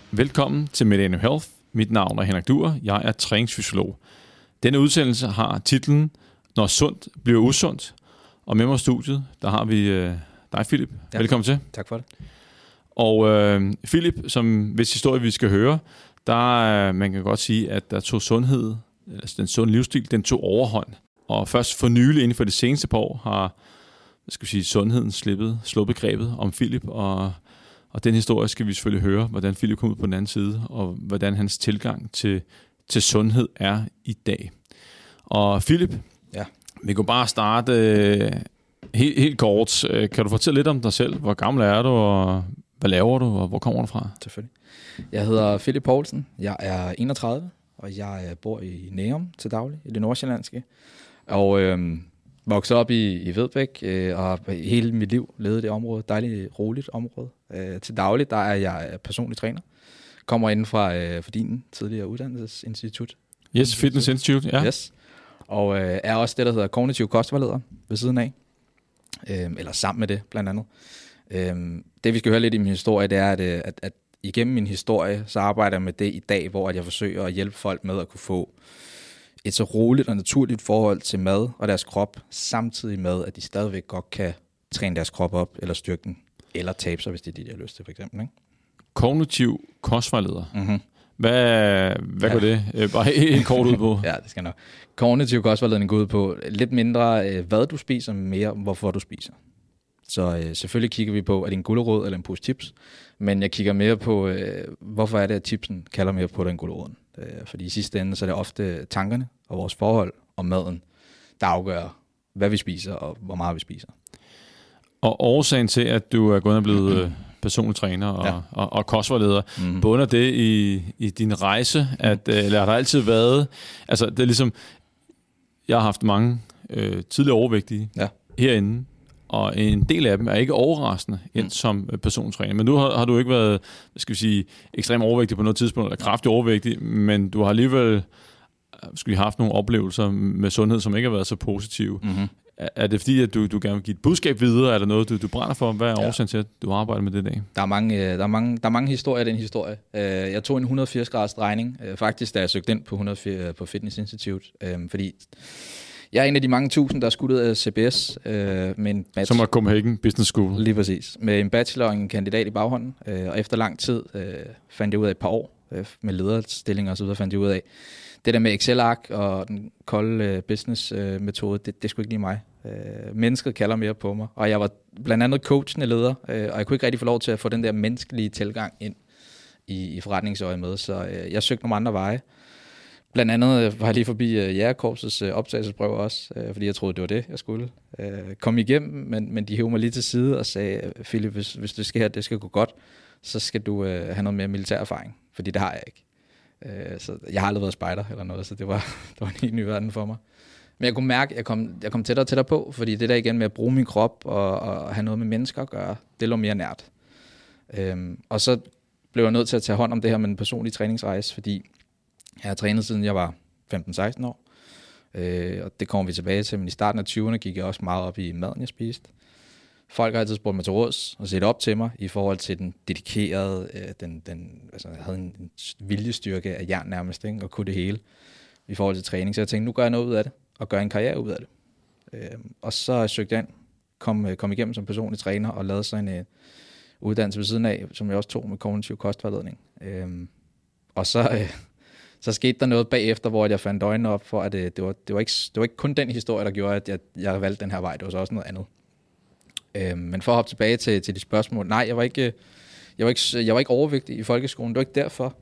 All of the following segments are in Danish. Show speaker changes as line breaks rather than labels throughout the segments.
Velkommen til Millennium Health. Mit navn er Henrik Duer. Jeg er træningsfysiolog. Denne udsendelse har titlen Når sundt bliver usundt. Og med mig i studiet, der har vi dig, Philip. Ja. Velkommen til.
Tak for det.
Og Philip, som hvis historie vi skal høre, der man kan godt sige, at der tog sundhed, altså den sunde livsstil, den tog overhånd. Og først for nylig, inden for det seneste par år, har sundheden sluppet grebet om Philip, og den historie skal vi selvfølgelig høre, hvordan Philip kom ud på den anden side, og hvordan hans tilgang til sundhed er i dag. Og Philip,
ja.
Vi kunne bare starte helt kort. Kan du fortælle lidt om dig selv? Hvor gammel er du, og hvad laver du, og hvor kommer du fra?
Selvfølgelig. Jeg hedder Philip Poulsen. Jeg er 31, og jeg bor i Nærum til daglig, i det nordsjællandske. Og voksede op i Vedbæk, og hele mit liv levede det område. Dejligt, roligt område. Til daglig, der er jeg personlig træner. Kommer inden fra din tidligere uddannelsesinstitut.
Yes, Fitness Institute, ja.
Yes. Og er også det, der hedder kognitiv kostvejleder ved siden af. Eller sammen med det, blandt andet. Det, vi skal høre lidt i min historie, det er, at igennem min historie, så arbejder jeg med det i dag, hvor jeg forsøger at hjælpe folk med at kunne få et så roligt og naturligt forhold til mad og deres krop, samtidig med, at de stadigvæk godt kan træne deres krop op, eller styrke den, eller tabe sig, hvis det er det, de har lyst til, for eksempel. Ikke?
Kognitiv kostvejleder.
Mm-hmm.
Hvad går det bare helt kort ud på?
Ja, det skal nok. Kognitiv kostvejledning går ud på lidt mindre, hvad du spiser, mere hvorfor du spiser. Så selvfølgelig kigger vi på, er det en gulerod eller en pose chips, men jeg kigger mere på, hvorfor er det, at chipsen kalder mere på den guleroden. Fordi i sidste ende, så er det ofte tankerne og vores forhold og maden, der afgør, hvad vi spiser og hvor meget vi spiser.
Og årsagen til, at du er gået og blevet personlig træner og kostvejleder, bunder det i din rejse, eller har der altid været, altså det er ligesom, jeg har haft mange tidligere overvægtige herinde, og en del af dem er ikke overraskende ind som personlig træner. Men nu har du ikke været, ekstremt overvægtig på noget tidspunkt, eller kraftigt overvægtig, men du har alligevel haft nogle oplevelser med sundhed, som ikke har været så positive. Mm-hmm. Er det fordi, at du gerne vil give et budskab videre? Er der noget, du brænder for? Hvad er årsagen til, at du arbejder med det i dag?
Der er mange historier i den historie. Jeg tog en 180-graders drejning, faktisk, da jeg søgte ind på Fitness Institute, fordi jeg er en af de mange tusind, der er skudt ud af CBS med en bachelor.
Som er Copenhagen Business School.
Lige præcis. Med en bachelor og en kandidat i baghånden. Og efter lang tid fandt jeg ud af et par år med lederstillinger og så videre, fandt jeg ud af, det der med Excel-ark og den kolde business-metode, det skulle ikke lige mig. Mennesket kalder mere på mig. Og jeg var blandt andet coachende leder, og jeg kunne ikke rigtig få lov til at få den der menneskelige tilgang ind i forretningsøje med. Så jeg søgte nogle andre veje. Blandt andet var jeg lige forbi Jægerkorpsets optagelsesprøve også, fordi jeg troede, det var det, jeg skulle. Kom igennem, men de hævde mig lige til side og sagde, Philip, hvis det skal gå godt, så skal du have noget mere militær erfaring, fordi det har jeg ikke. Så jeg har aldrig været spejder eller noget, så det var en helt ny verden for mig. Men jeg kunne mærke, at jeg kom tættere og tættere på, fordi det der igen med at bruge min krop og have noget med mennesker at gøre, det lå mere nært. Og så blev jeg nødt til at tage hånd om det her med en personlig træningsrejse, fordi jeg har trænet siden jeg var 15-16 år, og det kommer vi tilbage til, men i starten af 20'erne gik jeg også meget op i maden, jeg spiste. Folk har altid spurgt mig til råds og set op til mig i forhold til den dedikerede, altså jeg havde en viljestyrke af jern nærmest, ikke? Og kunne det hele i forhold til træning. Så jeg tænkte, nu gør jeg noget ud af det, og gør en karriere ud af det. Og så søgte jeg ind, kom igennem som personlig træner og lavede så en uddannelse ved siden af, som jeg også tog med kognitiv kostvejledning. Og så skete der noget bagefter, hvor jeg fandt øjnene op for, at det var ikke kun den historie, der gjorde, at jeg valgte den her vej. Det var så også noget andet. Men for at hoppe tilbage til de spørgsmål. Nej, jeg var ikke overvægtig i folkeskolen. Det var ikke derfor.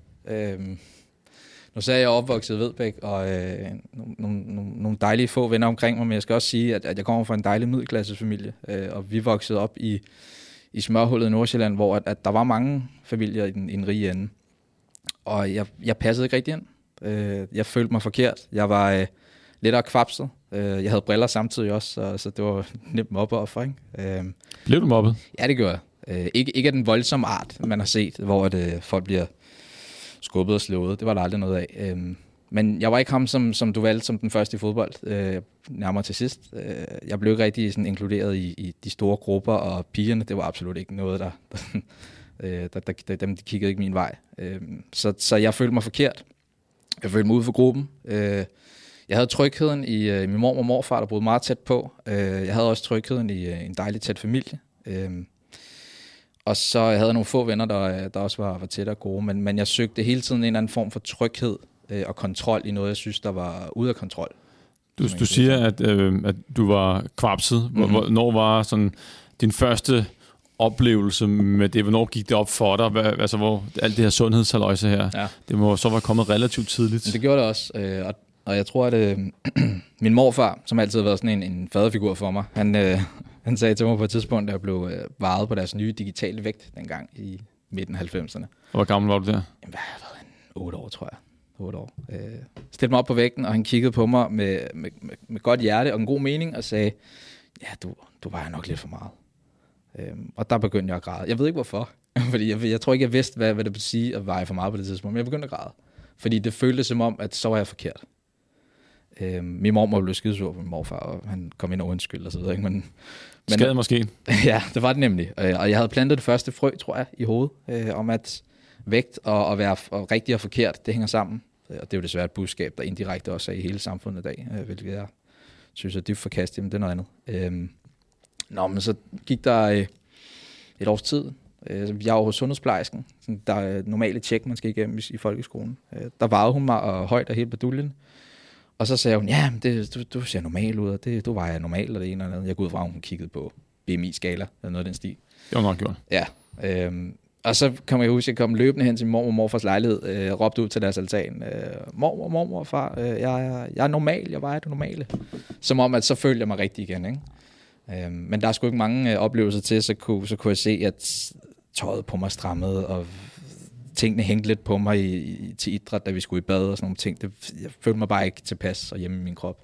Nu sagde jeg opvokset i Vedbæk, og nogle dejlige få venner omkring mig, men jeg skal også sige, at jeg kommer fra en dejlig middelklassefamilie, og vi voksede op i smørhullet i Nordsjælland, hvor at der var mange familier i den rige ende. Og jeg passede ikke rigtig ind. Jeg følte mig forkert. Jeg var lidt af kvapset. Jeg havde briller samtidig også, så det var nemt mobbeoffer, ikke?
Blev du mobbet?
Ja, det gjorde jeg. Ikke af den voldsomme art, man har set, hvor folk bliver skubbet og slået. Det var der aldrig noget af. Men jeg var ikke ham, som du valgte som den første i fodbold, nærmere til sidst. Jeg blev ikke rigtig sådan inkluderet i de store grupper, og pigerne, det var absolut ikke noget, De kiggede ikke min vej. Så jeg følte mig forkert. Jeg følte mig ude for gruppen. Jeg havde trygheden i min mor og morfar, der boede meget tæt på. Jeg havde også trygheden i en dejlig tæt familie. Og så jeg havde nogle få venner, der også var tæt og gode. Men jeg søgte hele tiden en eller anden form for tryghed og kontrol i noget, jeg synes, der var ude af kontrol.
Du siger, at du var kvapset. Hvornår var sådan din første oplevelse med det? Hvornår gik det op for dig? Altså, hvor alt det her sundhedshalløjse her, det må så være kommet relativt tidligt.
Det gjorde det også. Og jeg tror, at min morfar, som altid har været sådan en faderfigur for mig, han sagde til mig på et tidspunkt, da jeg blev varet på deres nye digitale vægt dengang i midten af 90'erne.
Hvor gammel var du der?
Jamen, jeg var 8 år, tror jeg. 8 år. Stillede mig op på vægten, og han kiggede på mig med godt hjerte og en god mening, og sagde, ja, du vejer nok lidt for meget. Og der begyndte jeg at græde. Jeg ved ikke hvorfor, fordi jeg tror ikke, jeg vidste, hvad det vil sige at veje for meget på det tidspunkt, men jeg begyndte at græde. Fordi det føltes som om, at så var jeg forkert. Min mormor blev skidesur på min morfar, og han kom ind og undskyld og så videre. Men
skade måske?
Ja, det var det nemlig. Og jeg havde plantet det første frø, tror jeg, i hovedet, om at vægt og at være rigtig og forkert, det hænger sammen. Og det er jo desværre et budskab, der indirekte også er i hele samfundet i dag, hvilket jeg synes er dybt forkastet, men det er noget andet. Men så gik der et års tid. Jeg var hos sundhedsplejersken. Der er normale tjek, man skal igennem i folkeskolen. Der vejede hun mig højt og helt baduljen. Og så sagde hun, ja, du ser normal ud, og du vejer normalt, og det ene eller andet. Jeg går ud fra, hun kiggede på BMI-skala, eller noget af den stil.
Det var nok gjort.
Ja. Og så kom jeg huske, at jeg kom løbende hen til min mormor og morfars lejlighed, råbte ud til deres altan, mormor, far, jeg er normal, jeg vejer det normale. Som om, at så følte jeg mig rigtig igen, ikke? Men der er sgu ikke mange oplevelser til, så kunne jeg se, at tøjet på mig strammede, og tingene hængte lidt på mig til idræt, da vi skulle i bad og sådan nogle ting. Jeg følte mig bare ikke tilpas og hjemme i min krop.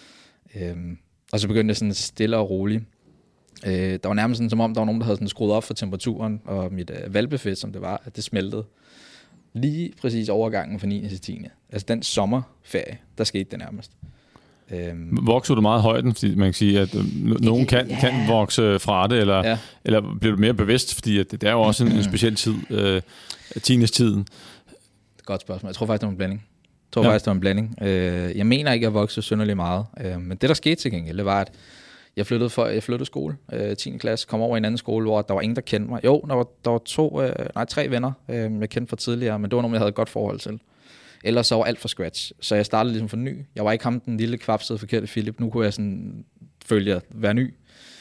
Og så begyndte jeg sådan stille og roligt. Der var nærmest sådan, som om der var nogen, der havde sådan skruet op for temperaturen, og mit valbefedt, som det var, at det smeltede lige præcis overgangen fra 9. til 10. Altså den sommerferie, der skete det nærmest.
Voksede du meget højden, fordi man kan sige, at nogen kan vokse fra det, eller bliver du mere bevidst, fordi at det er jo også en speciel tid, teenage-tiden?
Godt spørgsmål. Jeg tror faktisk, det var en blanding. Jeg mener ikke, at jeg voksede synderligt meget, men det, der skete til gengæld, det var, at jeg flyttede skole, 10. klasse, kom over i en anden skole, hvor der var ingen, der kendte mig. Jo, der var 3 venner, jeg kendte fra tidligere, men det var nogen, jeg havde et godt forhold til. Ellers så var alt fra scratch. Så jeg startede ligesom for ny. Jeg var ikke ham, den lille kvapsede forkerte Philip. Nu kunne jeg sådan følge at være ny.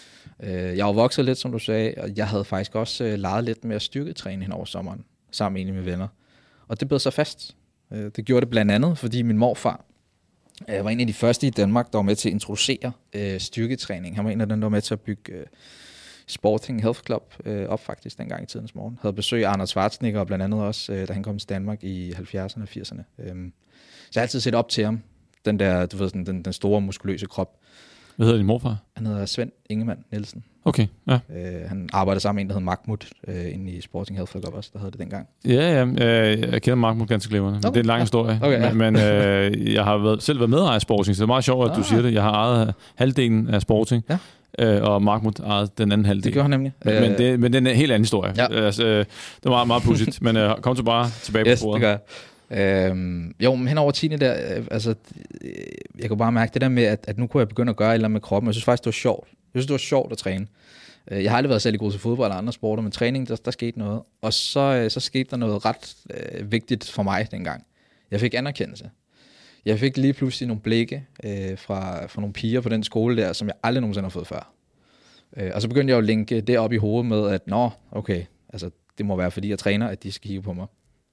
Jeg var vokset lidt, som du sagde, og jeg havde faktisk også leget lidt med at styrketræne hen over sommeren, sammen med venner. Og det blev så fast. Det gjorde det blandt andet, fordi min morfar var en af de første i Danmark, der var med til at introducere styrketræning. Han var en af dem, der var med til at bygge Sporting Health Club op faktisk dengang i tidens morgen. Havde besøg af Arnold Schwarzenegger, blandt andet også, da han kom til Danmark i 70'erne og 80'erne. Så jeg har altid set op til ham. Den der, du ved, sådan, den store muskuløse krop.
Hvad hedder din morfar?
Han hedder Svend Ingemann Nielsen.
Okay, ja.
Han arbejdede sammen med en, der hed Mahmoud, inde i Sporting Health Club også, der havde det dengang.
Ja, jeg kender Mahmoud ganske glimrende. Okay. Det er en lang historie. Okay, ja. Men jeg har selv været medejer af Sporting, så det er meget sjovt, at du siger det. Jeg har ejet halvdelen af Sporting. Ja. Og Mahmoud ejede den anden halvdel.
Det gjorde han nemlig.
Men det er en helt anden historie. Ja. Altså, det var meget, meget pudsigt. Men kom så bare tilbage på bordet.
Det gør jeg. Jo, men hen over 10. der, altså, jeg kunne bare mærke det der med, at nu kunne jeg begynde at gøre et eller andet med kroppen. Jeg synes faktisk, det var sjovt. Jeg synes, det var sjovt at træne. Jeg har aldrig været særlig god til fodbold eller andre sporter, men træning, der skete noget. Og så skete der noget ret vigtigt for mig dengang. Jeg fik anerkendelse. Jeg fik lige pludselig nogle blikke fra nogle piger på den skole der, som jeg aldrig nogensinde har fået før. Og så begyndte jeg jo at linke det op i hovedet med, at okay, altså det må være, fordi jeg træner, at de skal kigge på mig.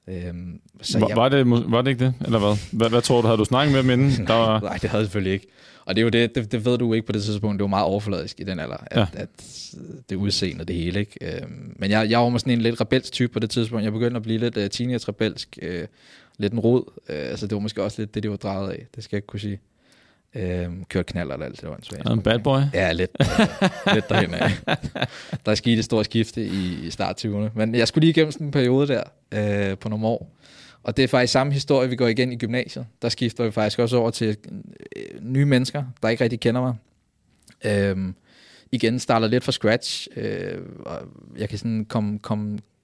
Var det ikke det, eller hvad tror du, havde du snakket med dem inden?
Nej, det havde jeg selvfølgelig ikke. Og det er jo det ved du ikke på det tidspunkt, det var meget overfladisk i den alder, at det udseende det hele, ikke? Men jeg var sådan en lidt rebelsk type på det tidspunkt. Jeg begyndte at blive lidt teenage-rebelsk, lidt en rod, så det var måske også lidt det, de var drejet af, det skal jeg ikke kunne sige. Kørt knaller eller alt, det var en svag.
En bad boy?
Ja, lidt derhen af. Der er sket et stort skifte i start 20'erne. Men jeg skulle lige igennem sådan en periode der, på nogle år. Og det er faktisk samme historie, vi går igen i gymnasiet. Der skifter vi faktisk også over til nye mennesker, der ikke rigtig kender mig. Igen starter lidt fra scratch. Og jeg kan sådan komme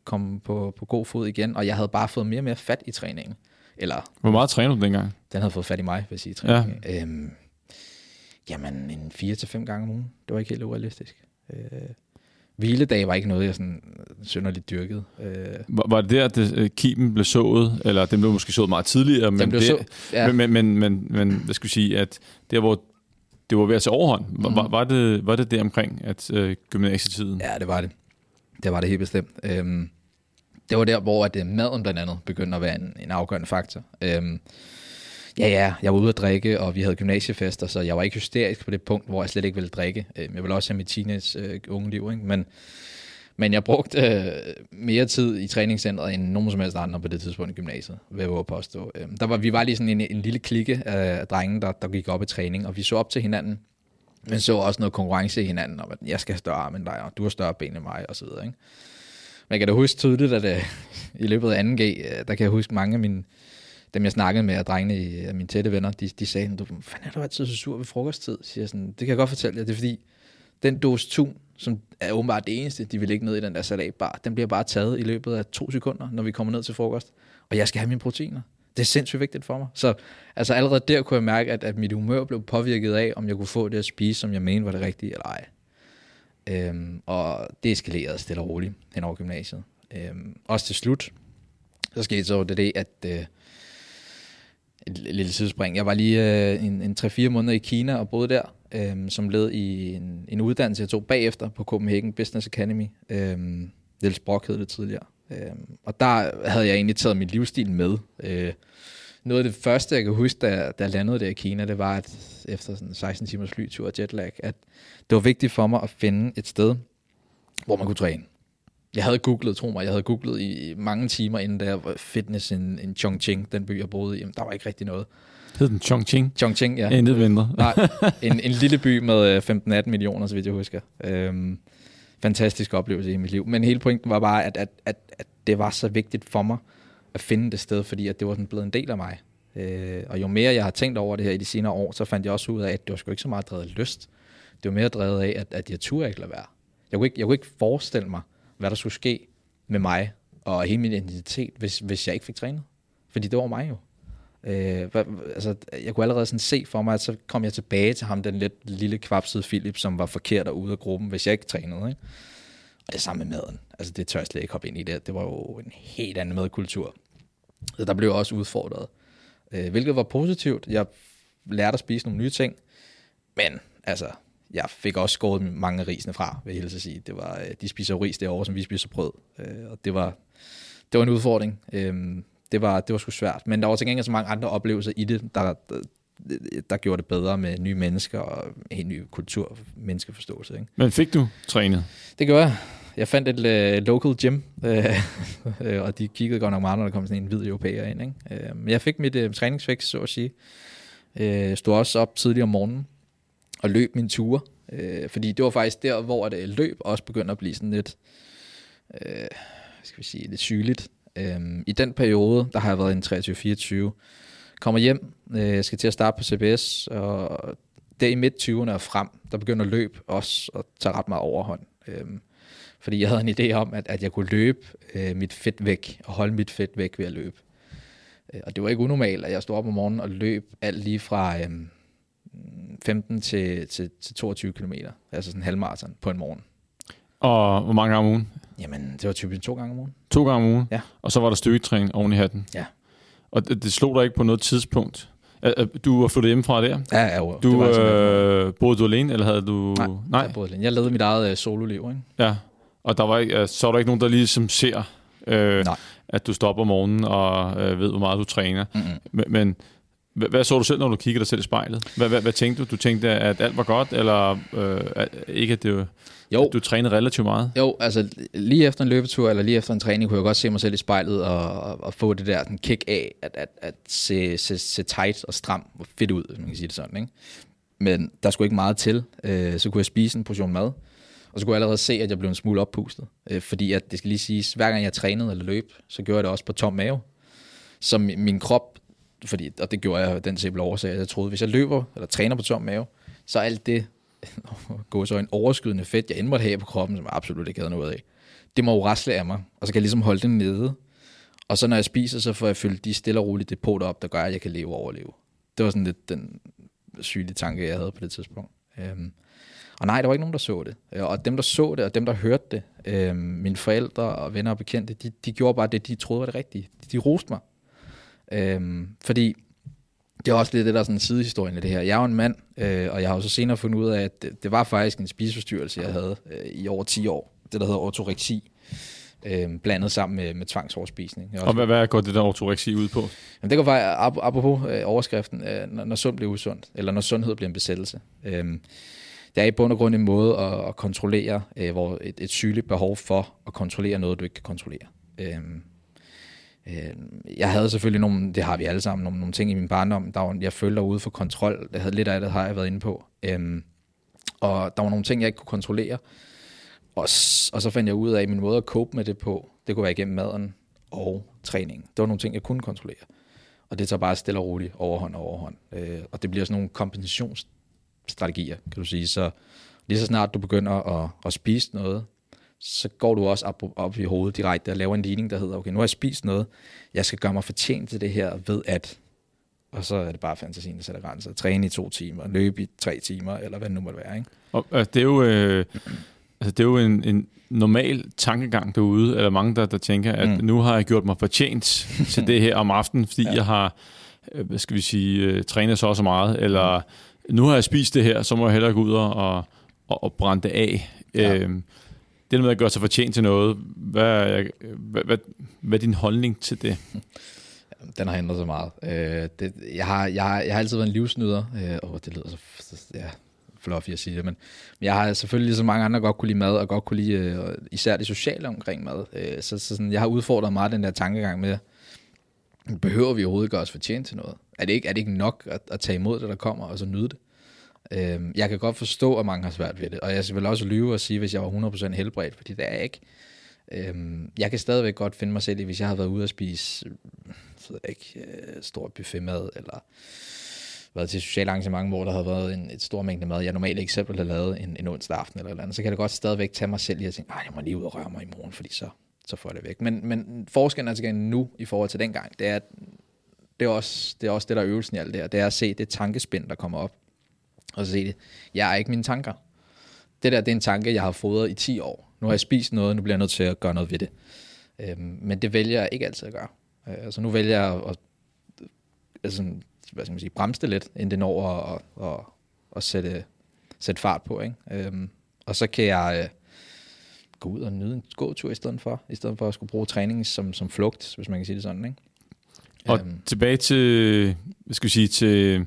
komme på god fod igen, og jeg havde bare fået mere og mere fat i træningen. Eller,
hvor meget træner du dengang?
Den havde fået fat i mig, vil jeg sige, træningen. Ja. Jamen, en 4-5 gange om ugen. Det var ikke helt urealistisk. Hviledag var ikke noget, jeg sådan synderligt dyrkede.
Var det der, at kimen blev sået, eller den blev måske sået meget tidligere, men hvad skal vi sige, at der, hvor det var ved at tage overhånd, var det der omkring, at gymnasietiden?
Ja, det var det. Det var det helt bestemt. Det var der, hvor at maden blandt andet begyndte at være en afgørende faktor. Jeg var ude at drikke, og vi havde gymnasiefester, så jeg var ikke hysterisk på det punkt, hvor jeg slet ikke ville drikke. Jeg ville også have mit teenage unge liv, ikke? Men jeg brugte mere tid i træningscenteret end nogen som helst andre på det tidspunkt i gymnasiet, vil jeg våge påstå. Vi var lige sådan en lille klikke af drenge, der gik op i træning, og vi så op til hinanden, men så også noget konkurrence i hinanden, om at jeg skal have større arm end dig, og du har større ben end mig, og så videre, ikke? Men jeg kan da huske tydeligt, at i løbet af 2G, der kan jeg huske mange af dem jeg snakkede med, og drengene af mine tætte venner, de sagde, du fanden er du altid så sur ved frokosttid? Siger sådan, det kan jeg godt fortælle jer, det er fordi, den dåse tun, som er åbenbart det eneste, de vil lægge ned i den der salatbar, den bliver bare taget i løbet af 2 sekunder, når vi kommer ned til frokost, og jeg skal have mine proteiner. Det er sindssygt vigtigt for mig. Så altså, allerede der kunne jeg mærke, at mit humør blev påvirket af, om jeg kunne få det at spise, som jeg mente var det rigtige, eller ej. Og det eskalerede stille og roligt hen over gymnasiet. Også til slut, så skete så det, at et lille sidespring. Jeg var lige en 3-4 måneder i Kina og boede der, som led i en uddannelse, jeg tog bagefter på Copenhagen Business Academy. Niels Brock hed det tidligere. Og der havde jeg egentlig taget min livsstil med. Noget af det første, jeg kan huske, da jeg landede der i Kina, det var, at efter sådan 16 timers flytur og jetlag, at det var vigtigt for mig at finde et sted, hvor man kunne træne. Jeg havde googlet i mange timer, inden der var fitness in Chongqing, den by, jeg boede i. Jamen, der var ikke rigtig noget.
Hed den Chongqing?
Chongqing, ja.
Intet mindre.
Nej, en lille by med 15-18 millioner, så vidt jeg husker. Fantastisk oplevelse i mit liv. Men hele pointen var bare, at det var så vigtigt for mig at finde det sted, fordi at det var sådan blevet en del af mig. Og jo mere jeg har tænkt over det her i de senere år, så fandt jeg også ud af, at det var sgu ikke så meget drevet lyst. Det var mere drevet af, at jeg turde ikke lade være. Jeg kunne ikke forestille mig, hvad der skulle ske med mig og hele min identitet, hvis jeg ikke fik trænet. Fordi det var mig jo. Jeg kunne allerede sådan se for mig, at så kom jeg tilbage til ham, den lidt lille kvapsede Philip, som var forkert og ude af gruppen, hvis jeg ikke trænede. Ikke? Og det samme med maden. Altså det tør jeg slet ikke hoppe ind i det. Det var jo en helt anden madkultur. Så der blev jeg også udfordret. Hvilket var positivt. Jeg lærte at spise nogle nye ting. Men altså, jeg fik også skåret mange af risene fra, vil jeg helst sige. Det var, de spiser ris derovre, som vi spiser brød. Og det var en udfordring. Det var sgu svært. Men der var til gengæld så mange andre oplevelser i det, der gjorde det bedre med nye mennesker og en helt ny kultur og menneskeforståelse. Ikke?
Men fik du trænet?
Det gjorde jeg. Jeg fandt et local gym, og de kiggede godt nok meget, når der kom sådan en hvid europæer ind. Ikke? Men jeg fik mit træningsfix, så at sige. Stod også op tidligt om morgenen og løb mine ture. Fordi det var faktisk der, hvor det løb også begyndte at blive sådan lidt, lidt sygeligt. I den periode, der har jeg været en 23-24, kommer hjem, skal til at starte på CBS, og der i midt-20'erne og frem, der begynder løb også at tage ret meget overhånd. Fordi jeg havde en idé om, at jeg kunne løbe mit fedt væk, og holde mit fedt væk ved at løbe. Og det var ikke unormalt, at jeg stod op om morgenen og løb alt lige fra 15 til 22 kilometer, altså sådan en halvmarathon på en morgen.
Og hvor mange gange om ugen?
Jamen, det var typisk 2 gange om ugen.
2 gange om ugen?
Ja.
Og så var der styrketræning oven i hatten?
Ja.
Og det slog dig ikke på noget tidspunkt? Du var flyttet hjemmefra der?
Ja.
Boede du alene, eller havde du...
Nej, jeg boede alene. Jeg levede mit eget sololiv, ikke?
Ja, og der var ikke, så var der ikke nogen, der ligesom ser, at du stopper om morgenen og ved, hvor meget du træner. Mm-hmm. Men hvad så du selv, når du kiggede dig selv i spejlet? Hvad tænkte du? Du tænkte, at alt var godt, eller ikke, at det du trænede relativt meget?
Jo, altså lige efter en løbetur, eller lige efter en træning, kunne jeg godt se mig selv i spejlet, og få det der sådan, kick af, at se tight og stram og fedt ud, hvis man kan sige det sådan. Ikke? Men der skulle ikke meget til. Så kunne jeg spise en portion mad, og så kunne jeg allerede se, at jeg blev en smule oppustet. Fordi at det skal lige siges, hver gang jeg trænede eller løb, så gjorde jeg det også på tom mave. Så min krop, og det gjorde jeg den simple årsag, at jeg troede, hvis jeg løber eller træner på tom mave, så alt det gåseøjne overskydende fedt, jeg end måtte have på kroppen, som jeg absolut ikke havde noget af. Det må jo rasle af mig, og så kan jeg ligesom holde det nede. Og så når jeg spiser, så får jeg fyldt de stille og roligt depoter op, der gør, at jeg kan leve og overleve. Det var sådan lidt den sygelige tanke, jeg havde på det tidspunkt. Og nej, der var ikke nogen, der så det. Og dem, der så det, og dem, der hørte det, mine forældre og venner og bekendte, de gjorde bare det, de troede var det rigtige. De roste mig. Fordi det er også lidt det, der er sådan en sidehistorien af det her. Jeg er jo en mand, og jeg har jo så senere fundet ud af, at det var faktisk en spiseforstyrrelse, jeg havde i over 10 år. Det, der hedder ortoreksi. Blandet sammen med tvangsoverspisning.
Og hvad går det der ortoreksi ud på?
Jamen, det går faktisk, apropos overskriften, når sund bliver usundt, eller når sundhed bliver en besættelse. Det er i bund og grund en måde at kontrollere hvor et sygeligt behov for at kontrollere noget, du ikke kan kontrollere. Jeg havde selvfølgelig nogle, det har vi alle sammen, nogle ting i min barndom, jeg følte ude for kontrol. Det havde lidt af det, har jeg været inde på. Og der var nogle ting, jeg ikke kunne kontrollere. Og så fandt jeg ud af, at min måde at cope med det på, det kunne være igennem maden og træning. Det var nogle ting, jeg kunne kontrollere. Og det tager bare stille og roligt overhånd. Og det bliver sådan nogle kompensationsstrategier, kan du sige. Så lige så snart du begynder at spise noget, så går du også op i hovedet direkte og laver en ligning, der hedder, okay, nu har jeg spist noget, jeg skal gøre mig fortjent til det her ved at, og så er det bare fantasien, der sætter grænser. Træne i 2 timer, løbe i 3 timer, eller hvad det nu måtte være, ikke?
Og det er jo... det er jo en normal tankegang derude, eller mange, der tænker, at nu har jeg gjort mig fortjent til det her om aftenen, fordi jeg har, trænet så meget, eller nu har jeg spist det her, så må jeg hellere gå ud og brænde det af. Ja. Det med at gøre sig fortjent til noget, hvad er din holdning til det?
Den har ændret så meget. Jeg har altid været en livsnyder, det lyder så... Ja. Fluffy at sige det, men jeg har selvfølgelig ligesom mange andre godt kunne lide mad, og godt kunne lide især det sociale omkring mad. Så sådan, jeg har udfordret meget den der tankegang med, behøver vi overhovedet gøre os fortjent til noget? Er det ikke nok at tage imod det, der kommer, og så nyde det? Jeg kan godt forstå, at mange har svært ved det, og jeg vil også lyve og sige, hvis jeg var 100% helbredt, fordi det er jeg ikke. Jeg kan stadigvæk godt finde mig selv i, hvis jeg har været ude at spise stort buffetmad, eller været til sociale arrangement, hvor der havde været et stort mængde mad, jeg normalt ikke selv ville have lavet en onsdag aften eller andet, så kan jeg godt stadigvæk tage mig selv i at tænke, nej, jeg må lige ud og røre mig i morgen, fordi så får jeg det væk. Men forskellen er til nu i forhold til dengang, det er også det, der er øvelsen i alt det her, det er at se det tankespind, der kommer op, og så se det, jeg er ikke mine tanker. Det er en tanke, jeg har fodret i 10 år. Nu har jeg spist noget, nu bliver jeg nødt til at gøre noget ved det. Men det vælger jeg ikke altid at gøre. Altså nu vælger jeg at bremse det lidt, inden det når at sætte fart på, ikke? Og så kan jeg gå ud og nyde en gåtur i stedet for at skulle bruge træning som flugt, hvis man kan sige det sådan, ikke?
Og tilbage til, til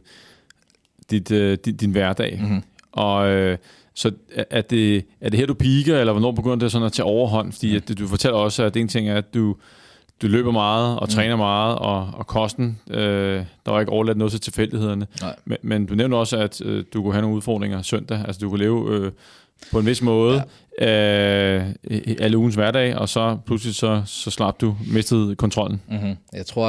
din hverdag. Mm-hmm. Og så er det her, du piker, eller hvornår begynder det sådan at tage overhånd? Fordi at du fortæller også, at en ting er, at du løber meget og træner meget, og kosten, der var ikke overladt noget til tilfældighederne. Men du nævnte også, at du kunne have nogle udfordringer søndag. Altså du kunne leve på en vis måde alle ugens hverdag, og så pludselig så slap du, mistede kontrollen.
Mm-hmm. Jeg tror,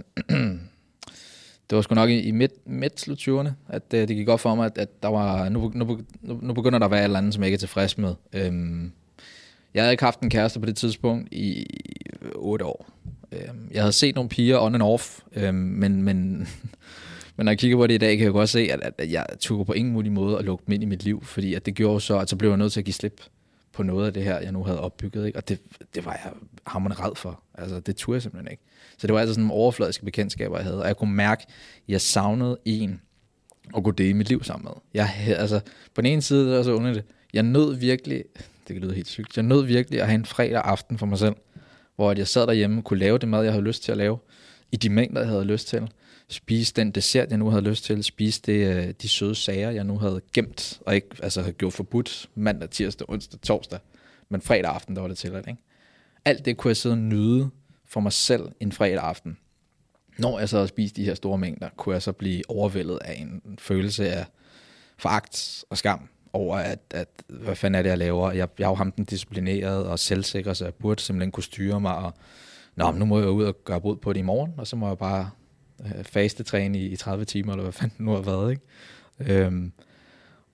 det var sgu nok i midt-slut 20'erne, at det gik op for mig, at der var, nu begynder der at være et eller andet, som jeg ikke er tilfreds med. Jeg havde ikke haft en kæreste på det tidspunkt i 8 år. Jeg havde set nogle piger on and off, men når jeg kigger på det i dag, kan jeg godt se, at jeg tog på ingen mulig måde at lukke dem ind i mit liv, fordi at det gjorde så, at så blev jeg nødt til at give slip på noget af det her, jeg nu havde opbygget, ikke? Og det var jeg hamrende ræd for. Altså, det turde jeg simpelthen ikke. Så det var altså sådan nogle overfladiske bekendtskaber, jeg havde, og jeg kunne mærke, at jeg savnede en at kunne dele mit liv sammen med. På den ene side, det var så underligt, jeg nød virkelig, det kan lyde helt sygt, jeg nød virkelig at have en fredag aften for mig selv, hvor jeg sad derhjemme og kunne lave det mad, jeg havde lyst til at lave, i de mængder, jeg havde lyst til. Spise den dessert, jeg nu havde lyst til. Spise de søde sager, jeg nu havde gemt, og ikke havde gjort forbudt mandag, tirsdag, onsdag, torsdag. Men fredag aften, der var det tilladt, ikke? Alt det kunne jeg sidde og nyde for mig selv en fredag aften. Når jeg så havde spist de her store mængder, kunne jeg så blive overvældet af en følelse af foragt og skam over, at hvad fanden er det, jeg laver? Jeg er jo ham den disciplineret og selvsikker, så jeg burde simpelthen kunne styre mig. Og nu må jeg ud og gøre brud på det i morgen, og så må jeg bare fastetræne i 30 timer, eller hvad fanden nu har været, ikke?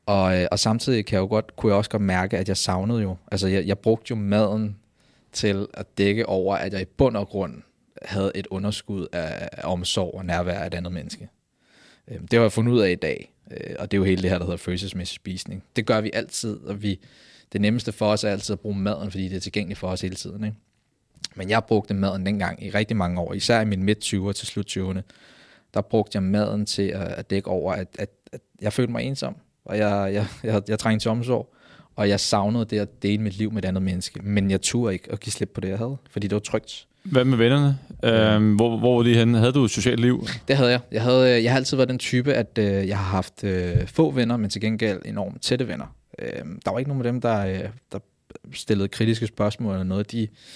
Og samtidig kunne jeg også godt mærke, at jeg savnede jo, altså jeg brugte jo maden til at dække over, at jeg i bund og grund havde et underskud af omsorg og nærvær af et andet menneske. Det har jeg fundet ud af i dag, og det er jo hele det her, der hedder følelsesmæssig spisning. Det gør vi altid, og det nemmeste for os er altid at bruge maden, fordi det er tilgængeligt for os hele tiden. Ikke? Men jeg brugte maden dengang i rigtig mange år, især i min midt-20'er til slut-20'erne. Der brugte jeg maden til at dække over, at jeg følte mig ensom, og jeg trængte til omsorg, og jeg savnede det at dele mit liv med et andet menneske. Men jeg turde ikke at give slip på det, jeg havde, fordi det var trygt.
Hvad med vennerne? Hvor var de henne? Havde du et socialt liv?
Det havde jeg. Jeg har altid været den type, at jeg har haft få venner, men til gengæld enormt tætte venner. Der var ikke nogen af dem, der stillede kritiske spørgsmål eller noget.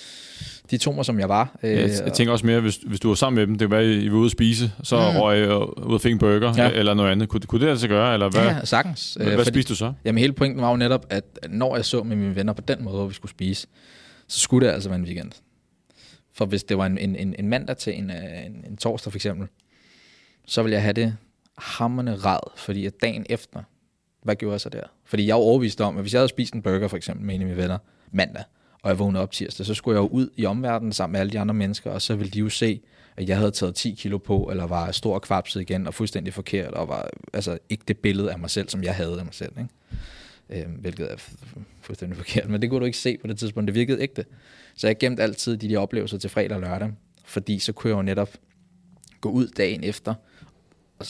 De tog mig, som jeg var.
Jeg tænker også mere, hvis du var sammen med dem, det var, I var ude at spise, så røg jeg ud og fik en burger eller noget andet. Kunne det altså gøre? Eller hvad?
Ja, sagtens.
Hvad spiste du så?
Jamen hele pointen var jo netop, at når jeg så med mine venner på den måde, hvor vi skulle spise, så skulle det altså være en weekend. For hvis det var en mandag til en torsdag for eksempel, så ville jeg have det hamrende rad, fordi at dagen efter, hvad gjorde jeg så der? Fordi jeg var overbevist om, at hvis jeg havde spist en burger for eksempel med en af mine venner mandag, og jeg vågnede op tirsdag, så skulle jeg jo ud i omverdenen sammen med alle de andre mennesker, og så ville de jo se, at jeg havde taget 10 kilo på, eller var stor og kvapset igen, og fuldstændig forkert, og var altså ikke det billede af mig selv, som jeg havde af mig selv, ikke? Hvilket er fuldstændig forkert, men det kunne du ikke se på det tidspunkt, det virkede ægte. Så jeg gemte altid de der oplevelser til fredag og lørdag, fordi så kunne jeg jo netop gå ud dagen efter, og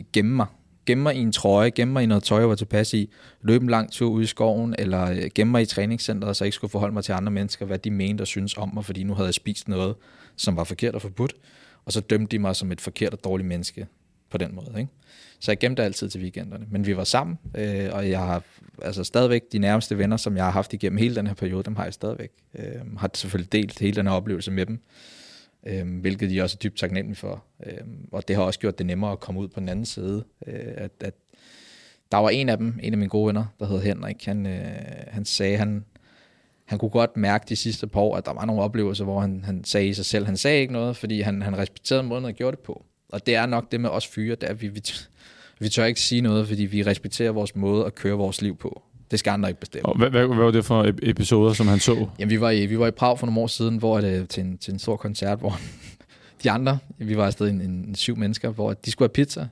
gemme mig i en trøje, gemme mig i noget tøj, jeg var tilpas i, løbe en lang tur ude i skoven, eller gemme mig i træningscenteret, så jeg ikke skulle forholde mig til andre mennesker, hvad de mente og synes om mig, fordi nu havde jeg spist noget, som var forkert og forbudt, og så dømte de mig som et forkert og dårligt menneske på den måde, ikke? Så jeg gemte altid til weekenderne. Men vi var sammen, og jeg har altså stadigvæk de nærmeste venner, som jeg har haft igennem hele den her periode, dem har jeg stadigvæk. Har selvfølgelig delt hele den her oplevelse med dem, hvilket de også er dybt taknemmelige for. Og det har også gjort det nemmere at komme ud på den anden side. At der var en af mine gode venner, der hed Henrik, han sagde, han kunne godt mærke de sidste par år, at der var nogle oplevelser, hvor han sagde i sig selv, han sagde ikke noget, fordi han respekterede måden, han gjorde det på. Og det er nok det med os fyre, det er, at vi tør ikke sige noget, fordi vi respekterer vores måde at køre vores liv på. Det skal andre ikke bestemme. Og
hvad var det for episoder, som han så?
Jamen, vi var i Prag for nogle år siden, hvor det til en stor koncert, hvor de andre, vi var afsted en 7 mennesker, hvor de skulle have pizza.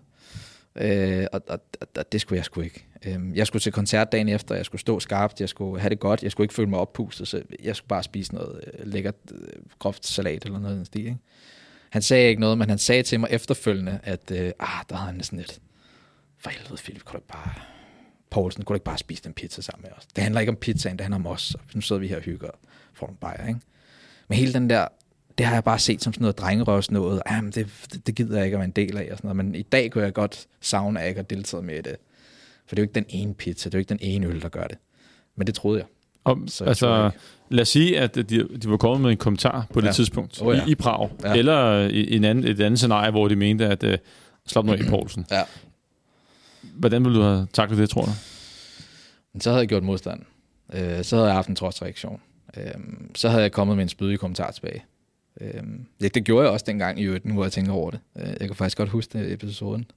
Og det skulle jeg sgu ikke. Jeg skulle til koncert dagen efter, jeg skulle stå skarpt, jeg skulle have det godt, jeg skulle ikke føle mig oppustet, så jeg skulle bare spise noget lækkert groft salat eller noget i den stil, ikke? Han sagde ikke noget, men han sagde til mig efterfølgende, at der havde han sådan lidt, for helvede Philip, Poulsen, kunne du ikke bare spise den pizza sammen med os? Det handler ikke om pizzaen, det handler om os, og nu sidder vi her og hygger og får nogle bajer, ikke? Men hele den der, det har jeg bare set som sådan noget drengerøvs noget, det gider jeg ikke at være en del af, og sådan noget. Men i dag kunne jeg godt savne, at jeg ikke har deltaget med det. For det er jo ikke den ene pizza, det er jo ikke den ene øl, der gør det. Men det troede jeg.
Og, altså, lad os sige, at de var kommet med en kommentar på det tidspunkt i Prag, eller i et andet scenarie, hvor de mente, at slap noget i Poulsen.
Ja.
Hvordan ville du have taklet det, tror du?
Så havde jeg gjort modstand. Så havde jeg haft en trodsreaktion. Så havde jeg kommet med en spydig kommentar tilbage. Det gjorde jeg også dengang i øvrigt, nu hvor jeg tænker over det. Jeg kan faktisk godt huske det episoden.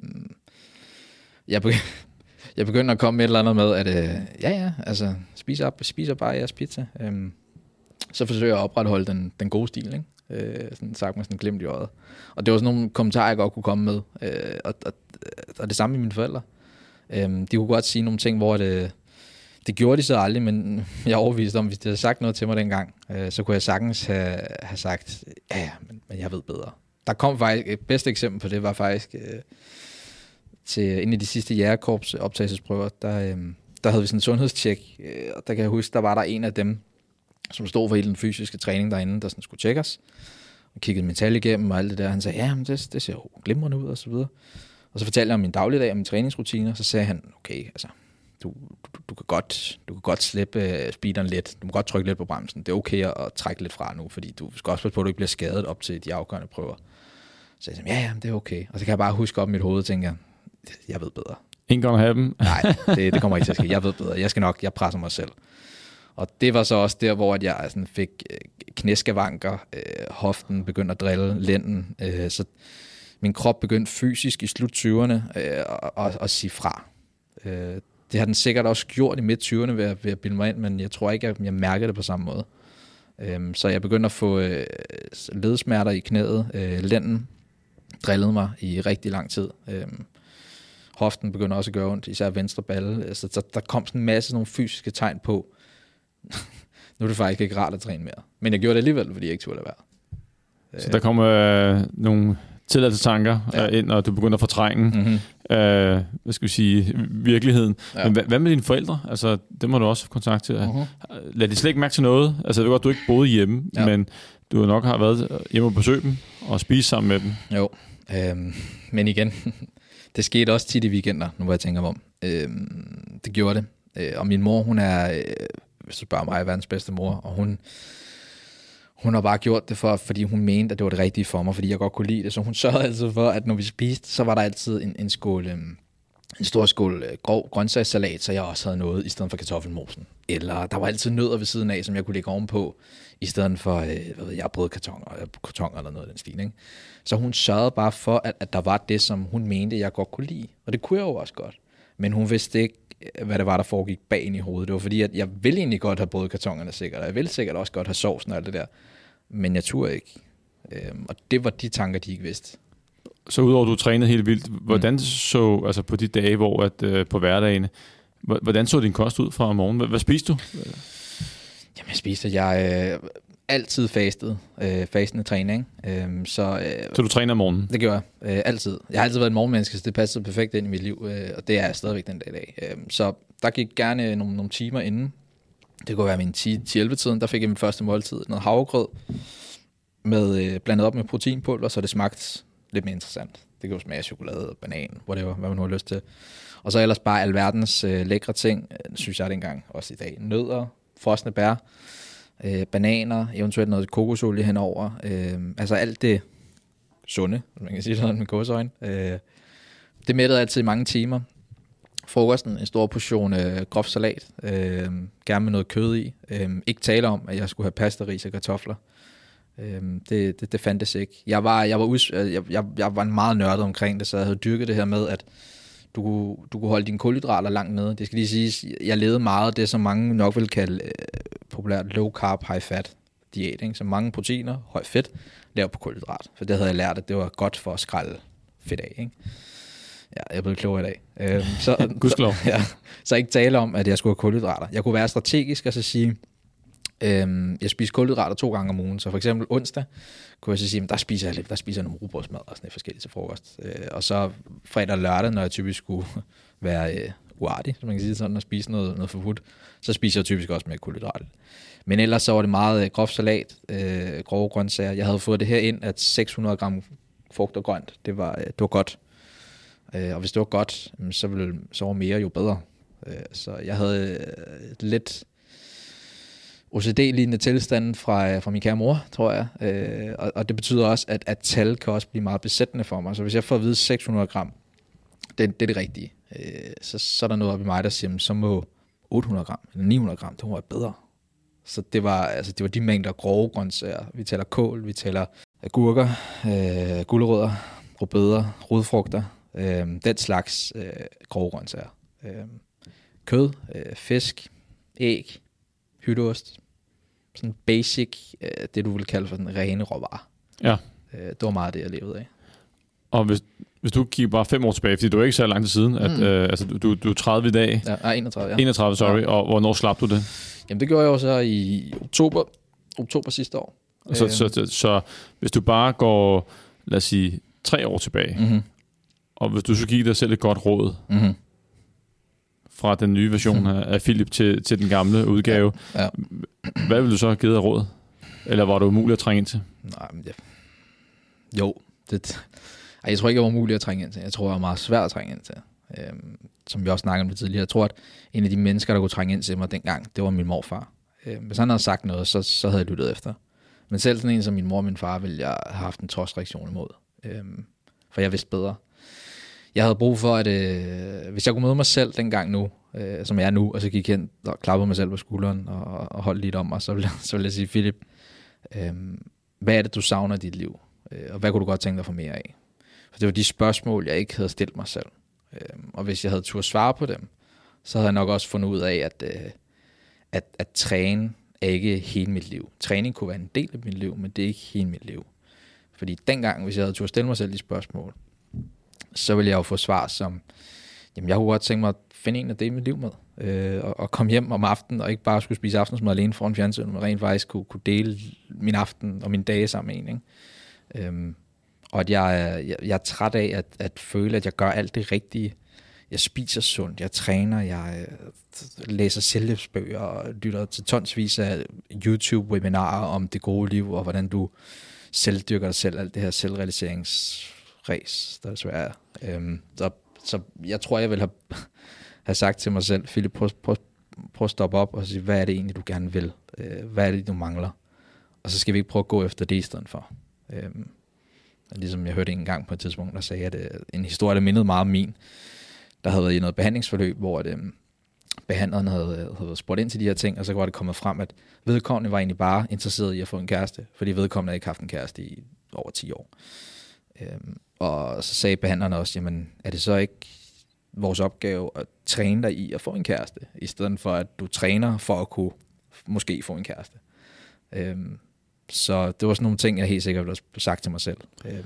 Jeg begyndte at komme med et eller andet med, at altså, spiser bare jeres pizza. Så forsøger jeg at opretholde den gode stil, ikke? Sådan sagt med sådan en glimt i øjet. Og det var sådan nogle kommentarer, jeg godt kunne komme med. Og det samme med mine forældre. De kunne godt sige nogle ting, hvor det gjorde de så aldrig, men jeg er overbevist om, hvis de havde sagt noget til mig dengang, så kunne jeg sagtens have sagt, men jeg ved bedre. Der kom faktisk, et bedste eksempel på det var faktisk til en af de sidste jægerkorps optagelsesprøver, der havde vi sådan en sundhedstjek, og der kan jeg huske, der var der en af dem, som stod for hele den fysiske træning derinde, der sådan skulle tjekke os, og kiggede metal igennem og alt det der. Han sagde, men det ser jo glimrende ud, og så videre. Og så fortalte jeg om min dagligdag og mine træningsrutiner, så sagde han, okay, altså, du kan godt slippe speederen lidt, du må godt trykke lidt på bremsen, det er okay at trække lidt fra nu, fordi du skal også passe på, at du ikke bliver skadet op til de afgørende prøver. Så jeg sagde, det er okay. Og så kan jeg bare huske op i mit hoved og tænke, jeg ved bedre.
Ingen gang have dem.
Nej, det kommer ikke til at ske. Jeg ved bedre. Jeg presser mig selv. Og det var så også der, hvor jeg sådan fik knæskavanker, hoften begyndte at drille, lænden, så min krop begyndte fysisk i slut 20'erne at sige fra. Det har den sikkert også gjort i midt-20'erne ved at bilde mig ind, men jeg tror ikke, at jeg mærker det på samme måde. Så jeg begyndte at få ledsmerter i knæet. Lænden drillede mig i rigtig lang tid. Hoften begyndte også at gøre ondt, især venstre balle. Så der kom sådan en masse nogle fysiske tegn på, nu er det faktisk ikke rart at træne mere. Men jeg gjorde det alligevel, fordi jeg ikke turde lade være.
Så der kommer nogle tilladte tanker ind, og du begynder at fortrænge hvad skal vi sige, virkeligheden. Ja. Men hvad med dine forældre? Altså, det må du også få kontakt til. Lad de slet ikke mærke til noget? Altså, jeg ved godt, du ikke boede hjemme, men du nok har været hjemme og besøge dem og spise sammen med dem.
Jo, men igen, det skete også tit i weekender, nu hvor jeg tænker mig om. Det gjorde det. Og min mor, hun er, hvis du spørger mig, verdens bedste mor, og hun har bare gjort det fordi hun mente, at det var det rigtige for mig, fordi jeg godt kunne lide det. Så hun sørgede altid for, at når vi spiste, så var der altid en stor skål grov grøntsagssalat, så jeg også havde noget i stedet for kartoffelmosen. Eller der var altid nødder ved siden af, som jeg kunne lægge ovenpå, i stedet for, brødkartoner eller noget af den stil. Ikke? Så hun sørgede bare for, at der var det, som hun mente, jeg godt kunne lide. Og det kunne jeg jo også godt. Men hun vidste ikke, hvad det var, der foregik bag ind i hovedet. Det var fordi, at jeg ville egentlig godt have brødkartonerne sikkert, og jeg ville sikkert også godt have sovsen og alt det der. Men jeg turde ikke. Og det var de tanker, de ikke vidste.
Så udover at du trænede helt vildt, hvordan så, altså på de dage, hvor at, på hverdagene, hvordan så din kost ud fra morgenen? Hvad spiste du?
Jamen, jeg spiste, altid fastende træning. Så
du træner om morgenen?
Det gjorde jeg, altid. Jeg har altid været en morgenmenneske, så det passede perfekt ind i mit liv, og det er jeg stadigvæk den dag i dag. Så der gik gerne nogle timer inden. Det kunne være min 10-11-tiden, der fik jeg min første måltid, noget havregrød, med blandet op med proteinpulver, så det smagte lidt mere interessant. Det kan jo smage chokolade, banan, whatever, hvad man nu har lyst til. Og så ellers bare alverdens lækre ting, synes jeg dengang, også i dag. Nødder, frosne bær, bananer, eventuelt noget kokosolie henover. Altså alt det sunde, man kan sige sådan med gåseøjne. Det mættede altid i mange timer. Frokosten, en stor portion groft salat, gerne med noget kød i. Ikke tale om, at jeg skulle have pasta, ris og kartofler. Det fandtes ikke. Jeg var meget nørdet omkring det, så jeg havde dyrket det her med, at du kunne holde dine kulhydrater langt nede. Det skal lige siges, jeg levede meget af det, som mange nok vil kalde populært low carb, high fat diæt. Ikke? Så mange proteiner, høj fedt, lav på kulhydrat. For det havde jeg lært, at det var godt for at skrælle fedt af. Ikke? Ja, jeg er blevet klogere i dag. Så ikke tale om, at jeg skulle have kulhydrater. Jeg kunne være strategisk og så sige, jeg spiser kulhydrater 2 gange om ugen. Så for eksempel onsdag kunne jeg så sige, der spiser jeg nogle rugbrødsmad og sådan noget forskelligt til frokost. Og så fredag og lørdag, når jeg typisk skulle være uartig, som man kan sige sådan, og spise noget forbudt, så spiser jeg typisk også med kulhydrater. Men ellers så var det meget groft salat, grove grøntsager. Jeg havde fået det her ind, at 600 gram frugt og grønt, det var godt. Og hvis det var godt, så var mere jo bedre. Så jeg havde lidt OCD-lignende tilstanden fra min kære mor, tror jeg. Og det betyder også, at tal kan også blive meget besættende for mig. Så hvis jeg får at vide 600 gram, det er det rigtige. Så er der noget op i mig, der siger, så må 800 gram eller 900 gram, det må være bedre. Så det var de mængder grove grøntsager. Vi taler kål, vi taler agurker, gulerødder, rødbeder, rodfrugter, den slags grove grøntsager. Kød, fisk, æg, hytteost. Sådan basic, det du vil kalde for den rene råvare. Ja. Det var meget det, jeg levede af.
Og hvis du kigger bare 5 år tilbage, fordi du er ikke så lang tid siden, at altså, du er 30 i dag.
Ja, 31, ja.
31, sorry. Ja. Og hvornår slap du det?
Jamen det gjorde jeg jo så i oktober sidste år.
Så hvis du bare går, lad os sige, 3 år tilbage, og hvis du så giver dig selv et godt råd, fra den nye version af Philip til den gamle udgave, hvad vil du så have givet af råd? Eller var det umuligt at trænge ind til?
Nej, men jeg tror ikke, jeg var umuligt at trænge ind til. Jeg tror, jeg var meget svært at trænge ind til. Som vi også snakkede om det tidligere. Jeg tror, at en af de mennesker, der kunne trænge ind til mig dengang, det var min morfar. Hvis han havde sagt noget, så havde jeg lyttet efter. Men selv sådan en som min mor og min far, ville jeg have haft en trodsreaktion imod. For jeg vidste bedre. Jeg havde brug for, at hvis jeg kunne møde mig selv dengang nu, som jeg er nu, og så gik hen og klappede mig selv på skulderen og holdt lidt om mig, så ville jeg sige, Philip, hvad er det, du savner i dit liv? Og hvad kunne du godt tænke dig at få mere af? For det var de spørgsmål, jeg ikke havde stillet mig selv. Og hvis jeg havde turde svare på dem, så havde jeg nok også fundet ud af, at træne er ikke hele mit liv. Træning kunne være en del af mit liv, men det er ikke hele mit liv. Fordi dengang, hvis jeg havde turde stille mig selv de spørgsmål, så ville jeg jo få svar som, jamen jeg kunne godt tænke mig at finde en at dele mit liv med, og komme hjem om aftenen, og ikke bare skulle spise aftensmad alene foran fjernsynet, men rent faktisk kunne dele min aften og mine dage sammen med en. Ikke? Og at jeg er træt af at føle, at jeg gør alt det rigtige. Jeg spiser sundt, jeg træner, jeg læser selvhjælpsbøger og lytter til tonsvis af YouTube-webinarer om det gode liv, og hvordan du selvdyrker dig selv, alt det her selvrealiseringsræs, der desværre er. Så jeg tror, jeg vil have sagt til mig selv, Philip, prøv at stoppe op og sige, hvad er det egentlig, du gerne vil? Hvad er det, du mangler? Og så skal vi ikke prøve at gå efter det i stedet for. Ligesom jeg hørte en gang på et tidspunkt, der sagde, at en historie, der mindede meget om min, der havde været i noget behandlingsforløb, hvor behandleren havde spurgt ind til de her ting, og så var det kommet frem, at vedkommende var egentlig bare interesseret i at få en kæreste, fordi vedkommende havde ikke haft en kæreste i over 10 år. Og så sagde behandleren også, jamen er det så ikke vores opgave at træne dig i at få en kæreste, i stedet for at du træner for at kunne måske få en kæreste. Så det var sådan nogle ting, jeg helt sikkert ville have sagt til mig selv.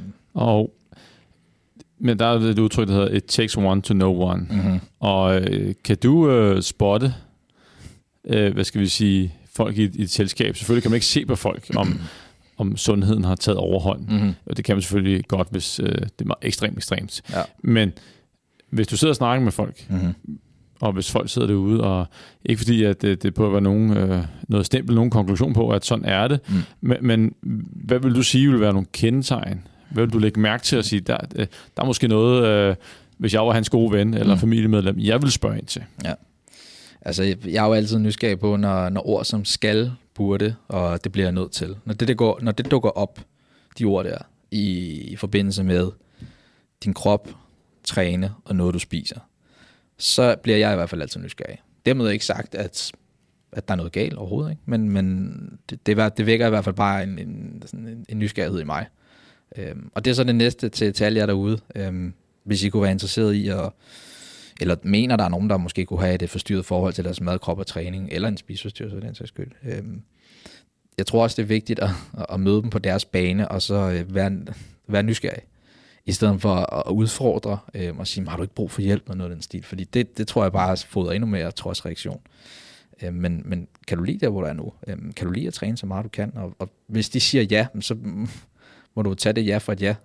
Men der er et udtryk, der hedder, it takes one to know one. Mm-hmm. Og kan du spotte, hvad skal vi sige, folk i et selskab? Selvfølgelig kan man ikke se på folk, om sundheden har taget overhånd. Mm-hmm. Og det kan man selvfølgelig godt, hvis det er ekstremt. Ja. Men hvis du sidder og snakker med folk, og hvis folk sidder derude, og ikke fordi, at det burde være noget stempel, nogen konklusion på, at sådan er det, men hvad vil du sige, vil være nogle kendetegn? Hvad vil du lægge mærke til at sige, der er måske noget, hvis jeg var hans gode ven eller familiemedlem, jeg vil spørge ind til? Ja.
Altså, jeg er jo altid nysgerrig på, når ord som skal, burde, og det bliver jeg nødt til. Når det dukker op, de ord der, i forbindelse med din krop, træne og noget, du spiser, så bliver jeg i hvert fald altid nysgerrig. Dermed er ikke sagt, at der er noget galt overhovedet, ikke? Men det vækker i hvert fald bare en nysgerrighed i mig. Og det er så det næste til alle jer derude. Hvis I kunne være interesseret i eller mener, der er nogen, der måske kunne have et forstyrret forhold til deres mad, krop og træning, eller en spiseforstyrrelse af den sags skyld. Jeg tror også, det er vigtigt at møde dem på deres bane, og så være nysgerrig, i stedet for at udfordre og sige, har du ikke brug for hjælp med noget af den stil? Fordi det tror jeg bare fodrer endnu mere trods reaktion. Men kan du lide der, hvor du er nu? Kan du lide at træne så meget, du kan? Og hvis de siger ja, så må du tage det ja for et ja.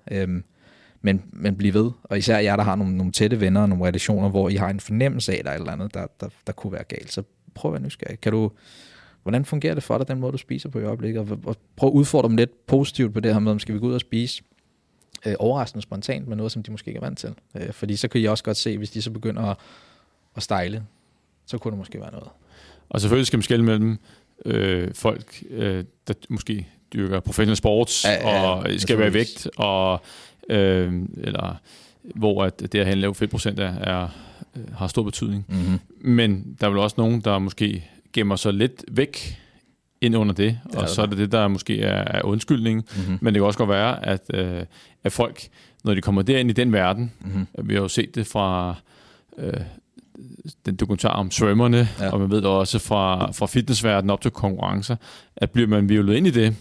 Men bliv ved. Og især jer, der har nogle tætte venner og nogle relationer, hvor I har en fornemmelse af, at der er et eller andet, der kunne være galt. Så prøv at være nysgerrig. Hvordan fungerer det for dig, den måde, du spiser på i øjeblikket? Og prøv at udfordre dem lidt positivt på det her med, om skal vi gå ud og spise overraskende spontant med noget, som de måske ikke er vant til. Fordi så kan I også godt se, hvis de så begynder at stejle, så kunne det måske være noget.
Og selvfølgelig skal man skelne mellem folk, der måske dyrker professionel sports, og skal være i vægt, og eller hvor at det at have en lav fedtprocent har stor betydning. Mm-hmm. Men der er vel også nogen, der måske gemmer sig lidt væk ind under det, og så er det der måske er undskyldningen. Mm-hmm. Men det kan også godt være, at folk, når de kommer derind i den verden, vi har jo set det fra den dokumentar om svømmerne, og man ved det også fra fitnessverdenen op til konkurrencer, at bliver man virvlet ind i det,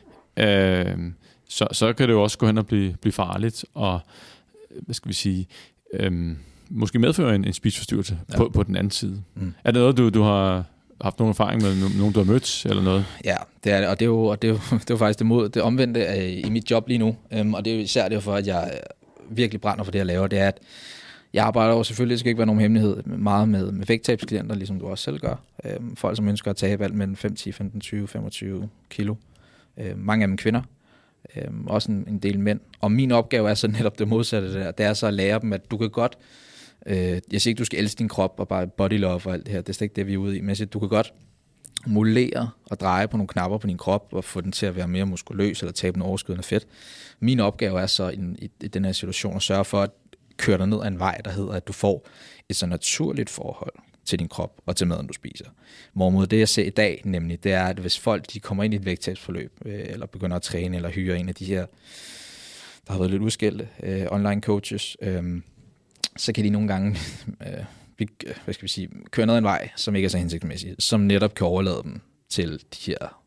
så kan det jo også gå hen og blive farligt, og hvad skal vi sige, måske medføre en spiseforstyrrelse på den anden side. Er det noget, du har haft nogen erfaring med nogen, du har mødt, eller noget? Ja,
det er det, og det er jo faktisk det omvendte i mit job lige nu, og det er jo især derfor, at jeg virkelig brænder for det, jeg laver, det er, at jeg arbejder jo selvfølgelig, det skal ikke være nogen hemmelighed, meget med vægttabsklienter, ligesom du også selv gør. Folk, som ønsker at tabe alt mellem 5, 10, 15, 20, 25 kilo. Mange af dem kvinder, også en del mænd. Og min opgave er så netop det modsatte der. Det er så at lære dem, at du kan godt, jeg siger ikke, du skal elske din krop og bare body love og alt det her, det er slet ikke det, vi er ude i, men du kan godt modellere og dreje på nogle knapper på din krop og få den til at være mere muskuløs eller tabe noget overskydende fedt. Min opgave er så i den her situation at sørge for at køre dig ned ad en vej, der hedder, at du får et så naturligt forhold til din krop og til maden, du spiser. Hvorimod det, jeg ser i dag, nemlig, det er, at hvis folk de kommer ind i et vægttabsforløb, eller begynder at træne, eller hyre en af de her, der har været lidt udskældte online coaches, så kan de nogle gange vi kører ned en vej, som ikke er så hensigtsmæssig, som netop kan overlade dem til de her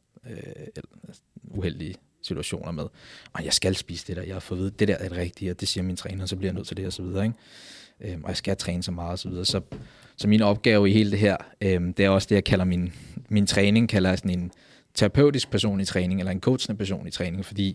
uheldige situationer med, og jeg skal spise det der, jeg har fået at vide, det der er det rigtige, og det siger min træner, så bliver jeg nødt til det, og så videre, ikke? Og jeg skal træne så meget, og så videre. Så min opgave i hele det her, det er også det, jeg kalder min træning, kalder jeg sådan en terapeutisk personlig træning, eller en coachende personlig træning, fordi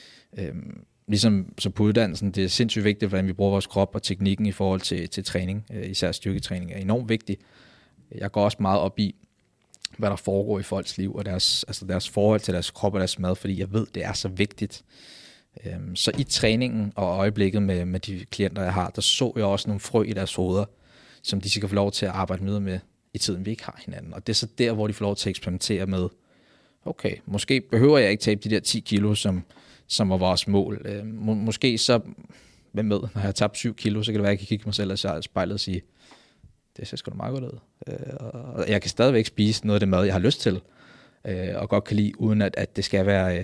ligesom så på uddannelsen, det er sindssygt vigtigt, hvordan vi bruger vores krop og teknikken i forhold til træning, især styrketræning er enormt vigtigt. Jeg går også meget op i, hvad der foregår i folks liv, og deres forhold til deres krop og deres mad, fordi jeg ved, det er så vigtigt. Så i træningen og øjeblikket med de klienter, jeg har, der så jeg også nogle frø i deres hoveder, som de skal få lov til at arbejde med i tiden, vi ikke har hinanden. Og det er så der, hvor de får lov til at eksperimentere med, okay, måske behøver jeg ikke tabe de der 10 kilo, som var vores mål. Måske så, hvem med, når jeg har tabt 7 kilo, så kan det være, at jeg kan kigge mig selv i spejlet og sige, det ser sgu da meget godt ud. Og jeg kan stadigvæk spise noget af det mad, jeg har lyst til, og godt kan lide, uden at det skal være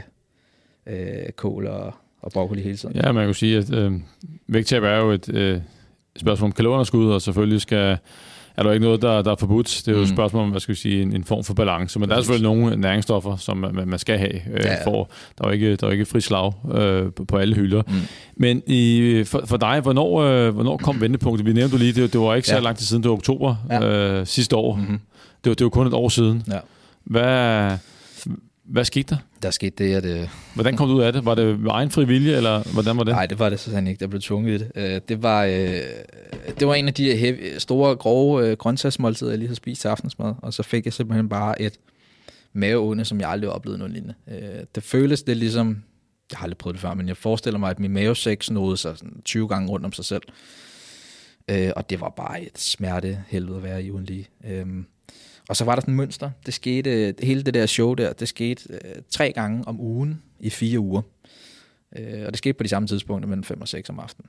kål og broccoli hele tiden.
Ja, man kan jo sige, at vægttab er jo et spørgsmål om kalorieunderskud, og selvfølgelig er der ikke noget, der er forbudt. Det er jo et spørgsmål om, hvad skal vi sige, en form for balance. Men der er selvfølgelig nogle næringsstoffer, som man skal have. Der er jo ikke fri slag på alle hylder. Men for dig, hvornår kom vendepunktet? Vi nævnte jo lige, det var ikke så lang tid siden, det var oktober sidste år. Mm-hmm. Det var kun et år siden. Ja. Hvad skete der?
Der skete det, at...
Hvordan kom du ud af det? Var det med egen fri vilje, eller hvordan var det?
Nej, det var det sådan ikke. Der blev tvunget i det. Det var en af de store, grove grøntsagsmåltider, jeg lige havde spist til aftensmad, og så fik jeg simpelthen bare et maveonde, som jeg aldrig oplevede noget lignende. Det føles lidt ligesom... Jeg har aldrig prøvet det før, men jeg forestiller mig, at min mavesæk snodede sig sådan 20 gange rundt om sig selv. Og det var bare et smertehelvede at være i uden lige. Og så var der sådan et mønster. Det skete, hele det der show der, det skete 3 gange om ugen i 4 uger. Og det skete på de samme tidspunkter, mellem 5 og 6 om aftenen.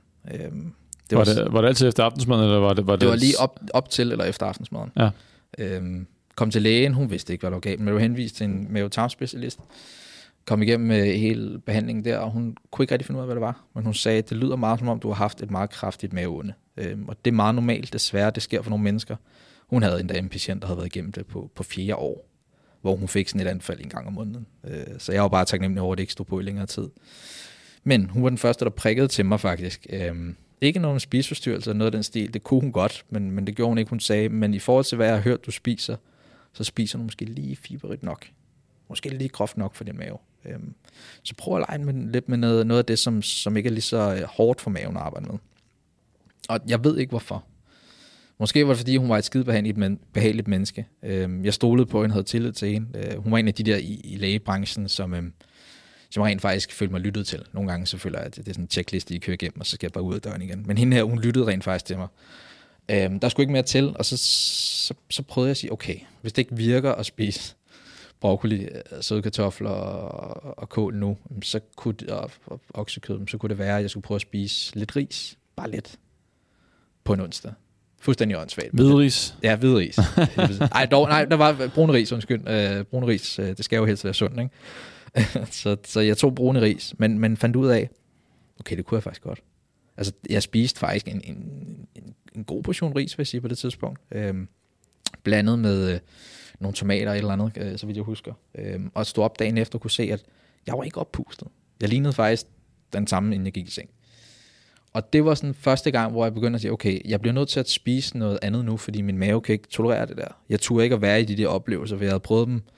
Var det altid efter aftensmaden, eller var det?
Det var lige op til eller efter aftensmaden. Ja. Kom til lægen, hun vidste ikke, hvad der var galt, men blev henvist til en mave-tarmspecialist. Kom igennem hele behandlingen der, og hun kunne ikke rigtig finde ud af, hvad det var. Men hun sagde, at det lyder meget som om, du har haft et meget kraftigt maveonde. Og det er meget normalt, desværre, det sker for nogle mennesker. Hun havde endda en patient, der havde været igennem det på 4 år, hvor hun fik sådan et anfald en gang om måneden. Så jeg var bare taknemmelig over, at det ikke stod på i længere tid. Men hun var den første, der prikkede til mig faktisk. Ikke nogen spiseforstyrrelse eller noget af den stil. Det kunne hun godt, men det gjorde hun ikke. Hun sagde, men i forhold til, hvad jeg har hørt, du spiser, så spiser du måske lige fiberigt nok. Måske lige groft nok for din mave. Så prøv at lege lidt med noget af det, som ikke er lige så hårdt for maven at arbejde med. Og jeg ved ikke, hvorfor. Måske var det, fordi hun var et skidebehageligt menneske. Jeg stolede på hende, havde tillid til hende. Hun var en af de der i lægebranchen, som rent faktisk følte mig lyttet til. Nogle gange så føler jeg, at det er sådan en checkliste, I kører igennem, og så skal jeg bare ud af døren igen. Men hende her, hun lyttede rent faktisk til mig. Der skulle ikke mere til, og så prøvede jeg at sige, okay, hvis det ikke virker at spise broccoli, søde kartofler og kål nu, så kunne og oksekød, så kunne det være, at jeg skulle prøve at spise lidt ris. Bare lidt. På en onsdag. Fuldstændig åndssvagt.
Hvidris?
Ja, hvidris. Nej, der var brune ris, undskyld. Brune ris, det skal jo helst være sundt, ikke? så jeg tog brune ris, men fandt ud af, okay, det kunne jeg faktisk godt. Altså, jeg spiste faktisk en god portion ris, vil jeg sige, på det tidspunkt. Blandet med nogle tomater eller andet, så vidt jeg husker. Og stod op dagen efter og kunne se, at jeg var ikke oppustet. Jeg lignede faktisk den samme, inden jeg gik i seng. Og det var sådan første gang, hvor jeg begyndte at sige, okay, jeg bliver nødt til at spise noget andet nu, fordi min mave kan ikke tolerere det der. Jeg turde ikke at være i de der oplevelser, for jeg havde prøvet dem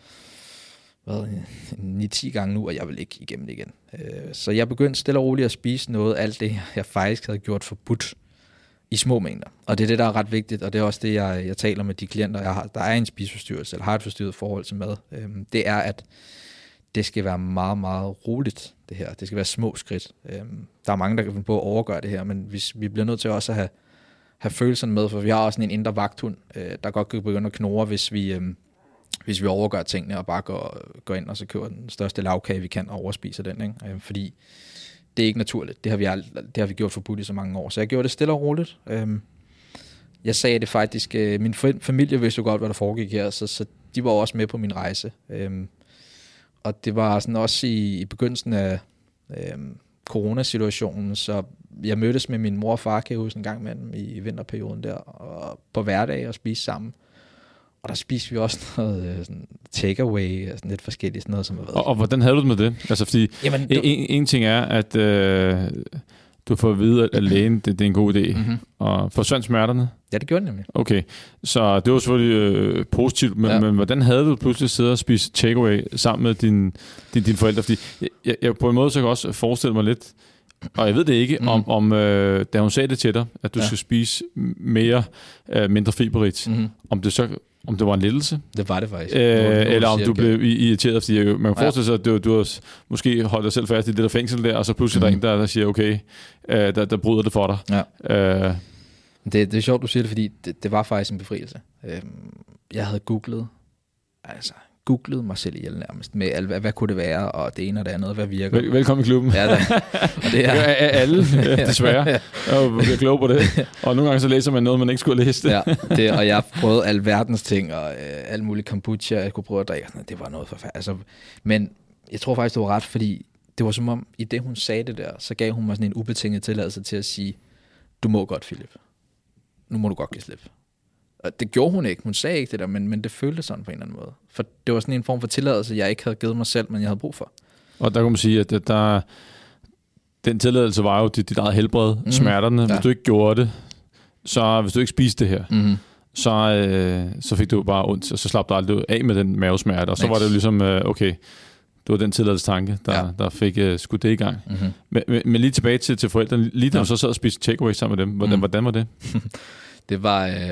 9-10 gange nu, og jeg vil ikke igennem det igen. Så jeg begyndte stille og roligt at spise noget af alt det, jeg faktisk havde gjort forbudt i små mængder. Og det er det, der er ret vigtigt, og det er også det, jeg taler med de klienter, jeg har, der er en spiseforstyrrelse, eller har et forstyrret forhold til mad. Det er, at det skal være meget, meget roligt, det her. Det skal være små skridt. Der er mange, der kan finde på at overgøre det her, men vi bliver nødt til også at have følelserne med, for vi har også en indre vagthund, der godt kan begynde at knurre, hvis vi overgør tingene og bare går ind og så køber den største lavkage, vi kan, og overspiser den. Ikke? Fordi det er ikke naturligt. Det har vi gjort forbudt i så mange år. Så jeg gjorde det stille og roligt. Jeg sagde det faktisk, min familie vidste jo godt, hvad der foregik her, så de var også med på min rejse. Og det var sådan også i begyndelsen af coronasituationen, så jeg mødtes med min mor og far, kan jeg huske, en gang imellem i vinterperioden der, og på hverdag og spise sammen. Og der spiste vi også noget sådan takeaway, sådan lidt forskelligt, sådan noget som har været.
Og hvordan havde du det med det? Altså fordi, en ting er, at du får at vide, at lægen, det er en god idé. Mm-hmm. Og forsvandt smerterne?
Ja, det gjorde det nemlig.
Okay, så det var selvfølgelig positivt, men hvordan havde du pludselig siddet og spist takeaway sammen med dine forældre? Fordi jeg på en måde så kan også forestille mig lidt, og jeg ved det ikke, om da hun sagde det til dig, at du skal spise mindre fiberrigt, om det var en lettelse?
Det var det faktisk.
Eller om du blev irriteret, fordi man kan forestille sig, at du har måske holdt dig selv fast i det der fængsel der, og så pludselig der er en, der siger, okay, der bryder det for dig.
Ja. Det er sjovt, du siger det, fordi det var faktisk en befrielse. Jeg havde googlet mig selv ihjel nærmest, med hvad kunne det være, og det ene og det andet, hvad virker.
Velkommen i klubben.
Ja, og det er
alle, desværre. Jeg er klog på det. Og nogle gange så læser man noget, man ikke skulle læse det.
Ja, og jeg har prøvet alverdens ting, og alt muligt kombucha, jeg kunne prøve at drikke. Det var noget forfærdeligt. Altså, men jeg tror faktisk, det var ret, fordi det var som om, i det hun sagde det der, så gav hun mig sådan en ubetinget tilladelse til at sige, du må godt, Philip. Nu må du godt give slip. Og det gjorde hun ikke. Hun sagde ikke det der, men det føltes sådan på en eller anden måde. For det var sådan en form for tilladelse, jeg ikke havde givet mig selv, men jeg havde brug for.
Og der kan man sige, at den tilladelse var jo dit eget helbred, smerterne. Hvis du ikke gjorde det, så hvis du ikke spiste det her, så fik du bare ondt, og så slap du aldrig af med den mavesmerte. Og så var det jo ligesom, okay, det var den tilladelsestanke, der fik skudt det i gang. Men lige tilbage til forældrene. Lige da du så sad og spiste takeaway sammen med dem, hvordan var det?
Det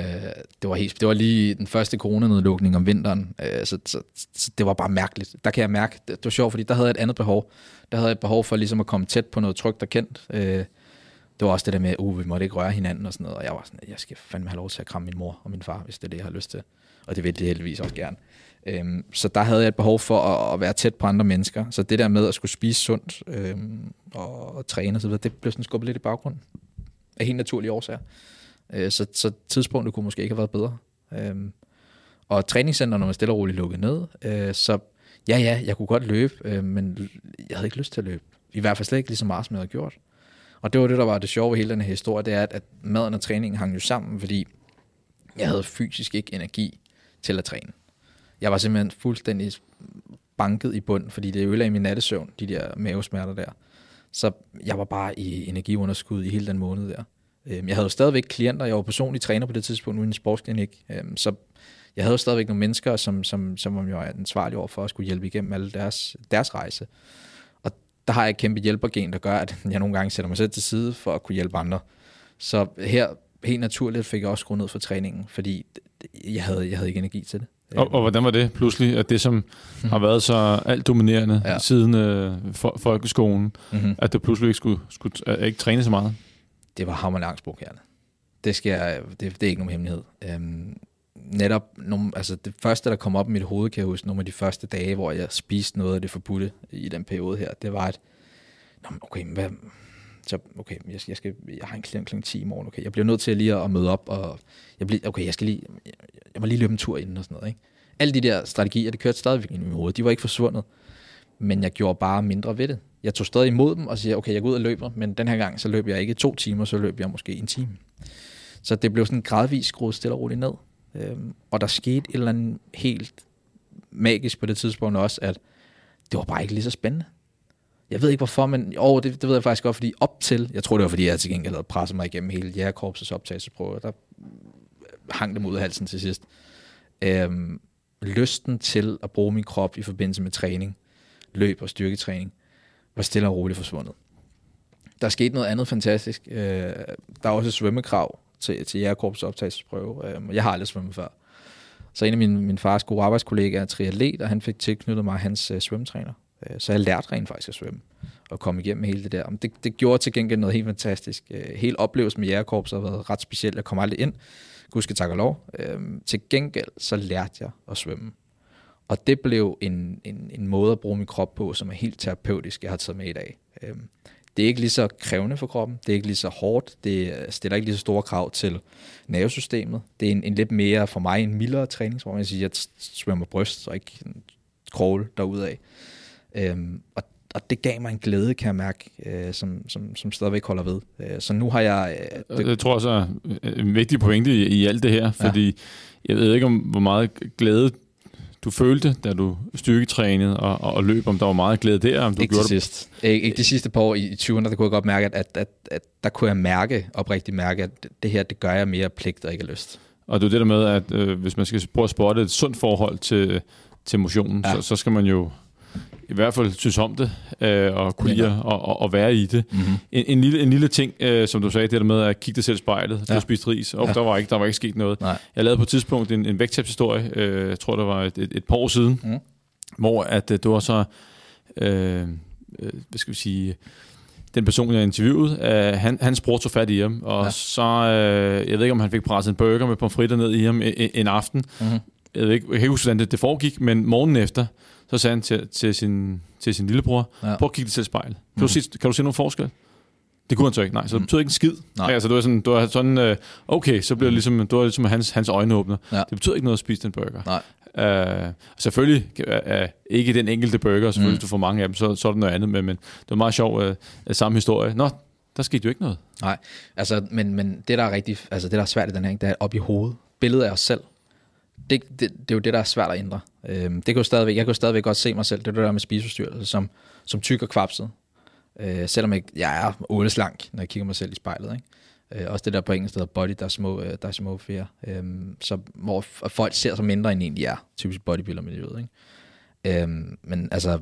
var lige den første coronanedlukning om vinteren, så det var bare mærkeligt. Der kan jeg mærke, det var sjovt, fordi der havde jeg et andet behov. Der havde jeg et behov for ligesom at komme tæt på noget trygt og kendt. Det var også det der med, vi måtte ikke røre hinanden og sådan noget, og jeg var sådan, jeg skal fandme have lov til at kramme min mor og min far, hvis det er det, jeg har lyst til. Og det vil de heldigvis også gerne. Så der havde jeg et behov for at være tæt på andre mennesker. Så det der med at skulle spise sundt og træne og så videre, det blev sådan skubbet lidt i baggrunden. Af helt naturlige årsager. Så tidspunktet kunne måske ikke have været bedre. Og træningscenter, når man stille og roligt lukkede ned, så jeg kunne godt løbe, men jeg havde ikke lyst til at løbe. I hvert fald slet ikke lige så meget, som jeg havde gjort. Og det var det, der var det sjove ved hele den her historie, det er, at maden og træningen hang jo sammen, fordi jeg havde fysisk ikke energi til at træne. Jeg var simpelthen fuldstændig banket i bund, fordi det ødelagde min nattesøvn, de der mavesmerter der. Så jeg var bare i energiunderskud i hele den måned der. Jeg havde jo stadigvæk klienter, jeg var personlig træner på det tidspunkt uden en sportsklinik, så jeg havde jo stadigvæk nogle mennesker, som jeg er ansvarlig over for at skulle hjælpe igennem alle deres rejse. Og der har jeg et kæmpe hjælpergen, der gør, at jeg nogle gange sætter mig selv til side for at kunne hjælpe andre. Så her helt naturligt fik jeg også skruet ned for træningen, fordi jeg havde ikke energi til det.
Og hvordan var det pludselig, at det som har været så alt dominerende siden folkeskolen, at det pludselig ikke skulle ikke træne så meget?
Det var hammerende angstprovokerende. Det er ikke nogen hemmelighed. Det første, der kom op i mit hoved, kan jeg huske, nogle af de første dage, hvor jeg spiste noget af det forbudte i den periode her, det var et, jeg har en klient kl. 10 i morgen, okay, jeg bliver nødt til lige at møde op, og jeg må lige løbe en tur inden og sådan noget, ikke? Alle de der strategier, det kørte stadigvæk ind i mit hoved, de var ikke forsvundet, men jeg gjorde bare mindre ved det. Jeg tog stadig imod dem og siger, okay, jeg går ud og løber, men den her gang, så løb jeg ikke 2 timer, så løb jeg måske 1 time. Så det blev sådan gradvist skruet stille og roligt ned. Og der skete et eller andet helt magisk på det tidspunkt også, at det var bare ikke lige så spændende. Jeg ved ikke hvorfor, men det ved jeg faktisk godt, fordi op til, jeg tror det var fordi, jeg til gengæld havde presset mig igennem hele jægerkorpsets optagelsesprøve, der hang dem ud af halsen til sidst. Lysten til at bruge min krop i forbindelse med træning, løb og styrketræning, var stille og roligt forsvundet. Der skete noget andet fantastisk. Der er også et svømmekrav til jægerkorpsets optagelsesprøve. Jeg har aldrig svømmet før. Så en af min fars gode arbejdskollegaer er triatlet, og han fik tilknyttet mig hans svømmetræner. Så jeg lærte rent faktisk at svømme og komme igennem hele det der. Det gjorde til gengæld noget helt fantastisk. Hele oplevelsen med jægerkorpset har været ret speciel. Jeg kom aldrig ind. Gudske tak og lov. Til gengæld så lærte jeg at svømme. Og det blev en måde at bruge min krop på, som er helt terapeutisk, jeg har taget med i dag. Det er ikke lige så krævende for kroppen, det er ikke lige så hårdt, det stiller ikke lige så store krav til nervesystemet. Det er en lidt mere, for mig, en mildere træning, hvor man siger, at jeg svømmer bryst, og ikke crawl derudad. Og og det gav mig en glæde, kan jeg mærke, som stadigvæk holder ved. Så nu har jeg...
Det tror jeg så er en vigtig pointe i alt det her, fordi jeg ved ikke, hvor meget glæde du følte, da du styrketrænede og løb, om der var meget glæde der? Om du
ikke
gjorde
til sidst. Ikke de sidste par år i 20'erne, der kunne jeg godt mærke, at der kunne jeg oprigtigt mærke, at det her, det gør jeg mere pligt og ikke lyst.
Og det er det der med, at hvis man skal prøve at spotte et sundt forhold til motionen, så skal man jo i hvert fald synes om det, og kunne lide at være i det. Mm-hmm. En lille ting, som du sagde, det der med at kigge dig selv i spejlet, du har spist ris, og der var ikke sket noget.
Nej.
Jeg lavede på et tidspunkt en vægttabshistorie, jeg tror, det var et par år siden, hvor at det var så, hvad skal vi sige, den person, jeg interviewede, hans bror tog fat i ham, og så, jeg ved ikke, om han fik presset en burger med pomfritter ned i ham en aften. Mm-hmm. Jeg kan ikke huske, hvordan det foregik, men morgenen efter, så sagde han til sin lillebror, prøv at kigge dig selv i spejlet. Kan du se nogen forskel? Det kunne han så ikke. Nej, så det betyder ikke en skid. Altså, det var sådan okay, så bliver det ligesom hans øjenåbner. Ja. Det betyder ikke noget at spise den burger. Nej. Selvfølgelig ikke den enkelte burger, selvfølgelig hvis du får mange af dem, så er det noget andet, men det var meget sjovt samme historie. Nå, der skete jo ikke noget.
Nej, altså, men det der er rigtig, altså det der er svært i den her, det er op i hovedet. Billedet af os selv. Det er jo det, der er svært at ændre. Jeg kan jo stadigvæk godt se mig selv, det er det der med spiseforstyrrelse, som tyk og kvapset. Selvom jeg er åleslank, når jeg kigger mig selv i spejlet. Ikke? Også det der på engelsk, der hedder body, der er små fear. Så hvor folk ser sig mindre, end egentlig er. Typisk bodybuilder-miljøet. Ikke? Men altså...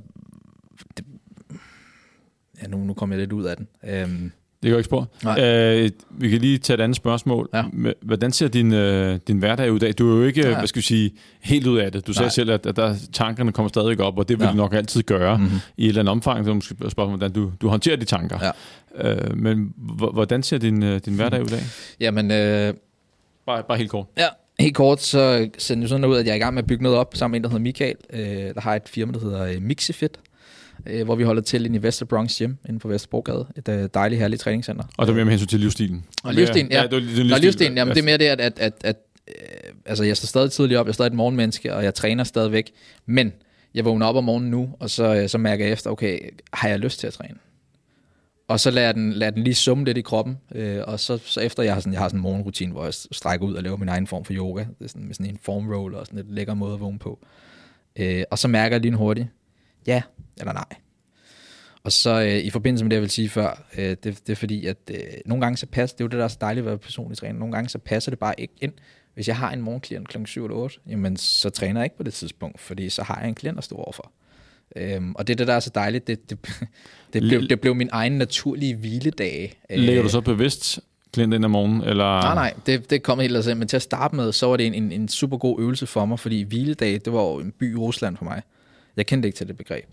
Nu kommer jeg lidt ud af den.
Det går ikke spor. Vi kan lige tage et andet spørgsmål. Ja. Hvordan ser din hverdag ud i dag? Du er jo ikke, hvad skal vi sige, helt ud af det. Du sagde selv, at tankerne kommer stadig op, og det vil du nok altid gøre i et eller andet omfang. Så måske spørge, hvordan du håndterer de tanker. Ja. Men hvordan ser din hverdag ud i dag?
Jamen...
Bare helt kort.
Ja, helt kort, så ser det sådan ud, at jeg er i gang med at bygge noget op sammen med en, der hedder Michael. Der har et firma, der hedder Mixifit, hvor vi holder til inde i Vester Bronx Gym, inden for Vesterbrogade. Et dejligt, herligt træningscenter.
Og det er mere med hensyn til livsstilen?
Og livsstilen, ja. Livsstilen, jamen det er mere det, at altså, jeg står stadig tidligt op, jeg er stadig et morgenmenneske, og jeg træner stadigvæk, men jeg vågner op om morgenen nu, og så mærker jeg efter, okay, har jeg lyst til at træne? Og så lader den lige summe lidt i kroppen, og så efter jeg har sådan en morgenrutine, hvor jeg strækker ud og laver min egen form for yoga, det er sådan, med sådan en form roll og sådan et lækker måde at vågne på. Og så mærker jeg lige hurtigt, ja eller nej. Og så i forbindelse med det, jeg vil sige før, det er fordi, at nogle gange så passer, det er jo det, der er så dejligt at være personlig træner, nogle gange så passer det bare ikke ind. Hvis jeg har en morgenklient kl. 7 eller 8, jamen så træner jeg ikke på det tidspunkt, fordi så har jeg en klient at stå overfor. Og det er det, der er så dejligt, det blev min egen naturlige hviledage.
Lægger du så bevidst klient ind om morgenen? Eller?
Nej, det kom helt af sig, men til at starte med, så var det en super god øvelse for mig, fordi hviledage, det var jo en by i Rusland for mig. Jeg kendte ikke til det begreb.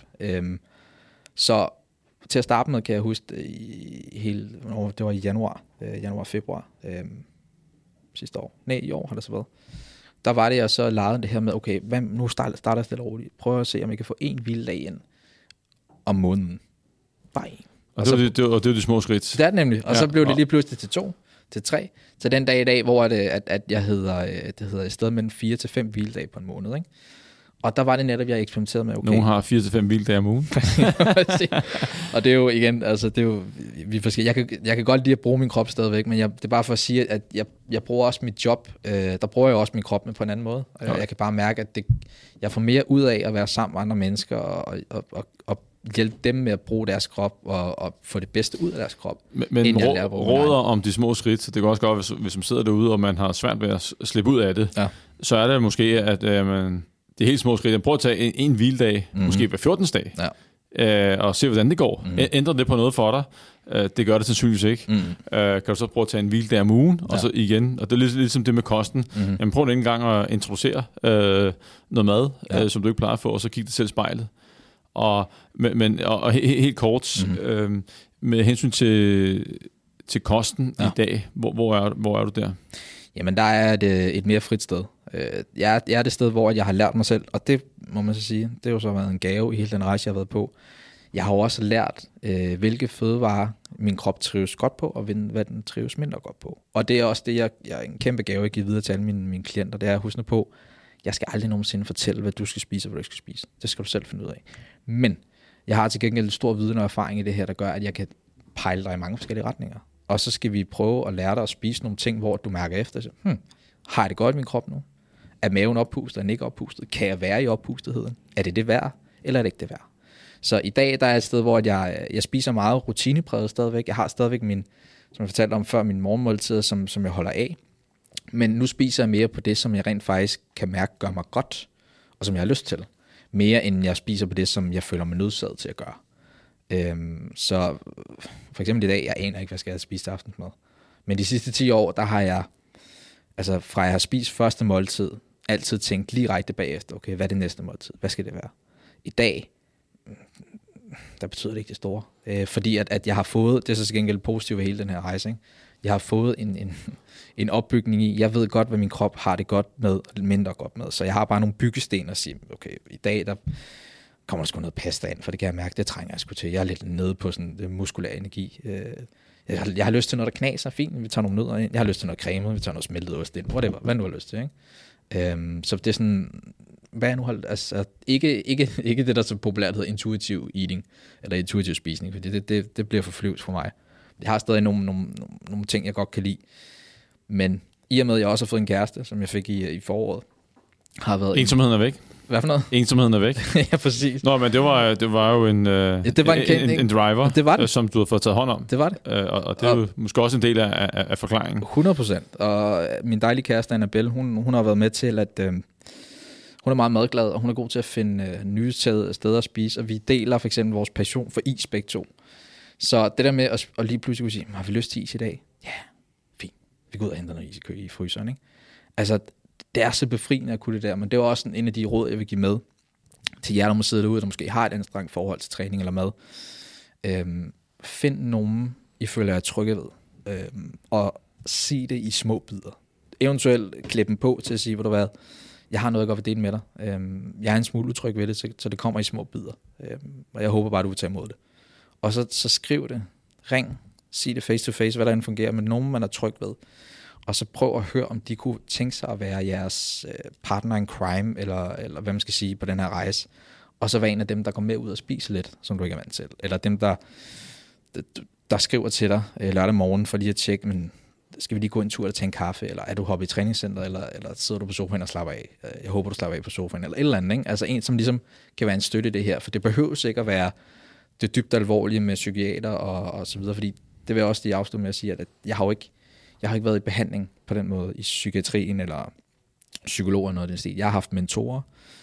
Så til at starte med, kan jeg huske, det var i januar-februar sidste år. Nej, i år har det så været. Der var det, jeg så legede det her med, okay, nu starter jeg stille og roligt. Prøv at se, om jeg kan få en hviledag ind om måneden. Bare en.
Og det er de små skridt.
Det er det nemlig. Og så blev det lige pludselig til 2, til 3. Til den dag i dag, hvor at jeg hedder i stedet mellem 4 til 5 hviledage på en måned, ikke? Og der var det netop, jeg eksperimenterede med, okay.
Nogen har 4 til 5 hviledage om ugen.
Og det er jo igen, altså det er jo, jeg kan godt lide at bruge min krop stadigvæk, men det er bare for at sige, at jeg bruger også mit job, der bruger jeg også min krop med på en anden måde. Jeg kan bare mærke, at jeg får mere ud af at være sammen med andre mennesker og hjælpe dem med at bruge deres krop og få det bedste ud af deres krop.
Men råder om de små skridt, det kan også godt, hvis man sidder derude, og man har svært ved at slippe ud af det, så er det måske, at man... Det er helt små skridt. Prøv at tage en hviledag, måske hver 14. dag, og se, hvordan det går. Ændrer det på noget for dig? Det gør det sandsynligvis ikke. Kan du så prøve at tage en hviledag om ugen, og så igen, og det er ligesom det med kosten. Jamen, prøv en gang at introducere noget mad, som du ikke plejer at få, og så kig dig selv i spejlet. Og helt kort, med hensyn til kosten i dag, hvor er du der?
Jamen, der er et mere frit sted. Jeg er det sted, hvor jeg har lært mig selv, og det må man så sige, det har jo så været en gave i hele den rejse, jeg har været på. Jeg har jo også lært, hvilke fødevarer min krop trives godt på, og hvad den trives mindre godt på. Og det er også det, jeg er en kæmpe gave, jeg giver videre til alle mine klienter, det er at huske på, jeg skal aldrig nogensinde fortælle, hvad du skal spise og hvad du ikke skal spise. Det skal du selv finde ud af. Men Jeg har til gengæld stor viden og erfaring i det her, der gør, at jeg kan pejle dig i mange forskellige retninger. Og så skal vi prøve at lære dig at spise nogle ting, hvor du mærker efter. Så, har jeg det godt i min krop nu? Er maven oppustet? Er den ikke oppustet? Kan jeg være i oppustetheden? Er det værd? Eller er det ikke det værd? Så i dag der er et sted, hvor jeg spiser meget rutinepræget stadigvæk. Jeg har stadigvæk som jeg fortalte om før, mine morgenmåltider, som jeg holder af. Men nu spiser jeg mere på det, som jeg rent faktisk kan mærke gør mig godt, og som jeg har lyst til. Mere end jeg spiser på det, som jeg føler mig nødsaget til at gøre. Så for eksempel i dag, jeg aner ikke, hvad skal jeg spise til aftensmad. Men de sidste 10 år, der har jeg, altså fra jeg har spist første måltid, altid tænkt lige rigtigt bagefter, okay, hvad er det næste måltid? Hvad skal det være? I dag, der betyder det ikke det store. Fordi at jeg har fået, det er så til gengæld positivt ved hele den her rejse, ikke? Jeg har fået en opbygning i, jeg ved godt, hvad min krop har det godt med, eller mindre godt med. Så jeg har bare nogle byggesten at sige, okay, i dag, der kommer der sgu noget pasta ind, for det kan jeg mærke, det trænger jeg sgu til. Jeg er lidt nede på sådan det muskulære energi. Jeg har lyst til noget, der knaser, fint, vi tager nogle nødder ind. Jeg har lyst til noget creme, vi tager noget smeltet ost ind, whatever, hvad nu har lyst til, ikke? Så det er sådan, hvad jeg nu har, altså ikke det, der så populært hedder intuitive eating, eller intuitive spisning, fordi det bliver for flyvs for mig. Jeg har stadig nogle ting, jeg godt kan lide, men i og med, at jeg også har fået en kæreste, som jeg fik i foråret, har været...
Ensomheden er væk.
Hvad for noget?
Ensomheden er væk.
Ja, præcis.
Nå, men det var jo en driver,
det var det.
Som du har fået taget hånd om.
Det var det.
Og det er jo måske også en del af forklaringen.
100%. Og min dejlige kæreste, Annabelle, hun har været med til, at hun er meget madglad, og hun er god til at finde nye steder at spise, og vi deler for eksempel vores passion for is begge to. Så det der med at lige pludselig kunne sige, har vi lyst til is i dag? Ja, fint. Vi går ud og henter noget is i fryseren, ikke? Altså, det er så befriende at kunne det der, men det er også en af de råd, jeg vil give med til jer, der må sidde derude, der måske har et anstrengt forhold til træning eller mad. Find nogen, I føler jer trygge ved, og sig det i små bidder. Eventuelt klippe dem på til at sige, hvor du hvad, jeg har noget, jeg godt vil dele med dig. Jeg er en smule utryg ved det, så det kommer i små bidder. Og jeg håber bare, du vil tage imod det. Og så skriv det, ring, sig det face to face, hvad der end fungerer, med nogen, man er tryg ved. Og så prøv at høre, om de kunne tænke sig at være jeres partner in crime, eller hvad man skal sige, på den her rejse. Og så være en af dem, der går med ud og spiser lidt, som du ikke er vant til. Eller dem, der skriver til dig lørdag morgen for lige at tjekke, men skal vi lige gå en tur og tage en kaffe, eller er du hoppet i træningscenter, eller sidder du på sofaen og slapper af? Jeg håber, du slapper af på sofaen, eller et eller andet, ikke? Altså en, som ligesom kan være en støtte i det her, for det behøver ikke at være det dybt alvorlige med psykiater og så videre, fordi det vil også lige afslutte med at sige, at jeg har ikke været i behandling på den måde i psykiatrien eller psykologer eller noget af den stil. Jeg har haft mentorer,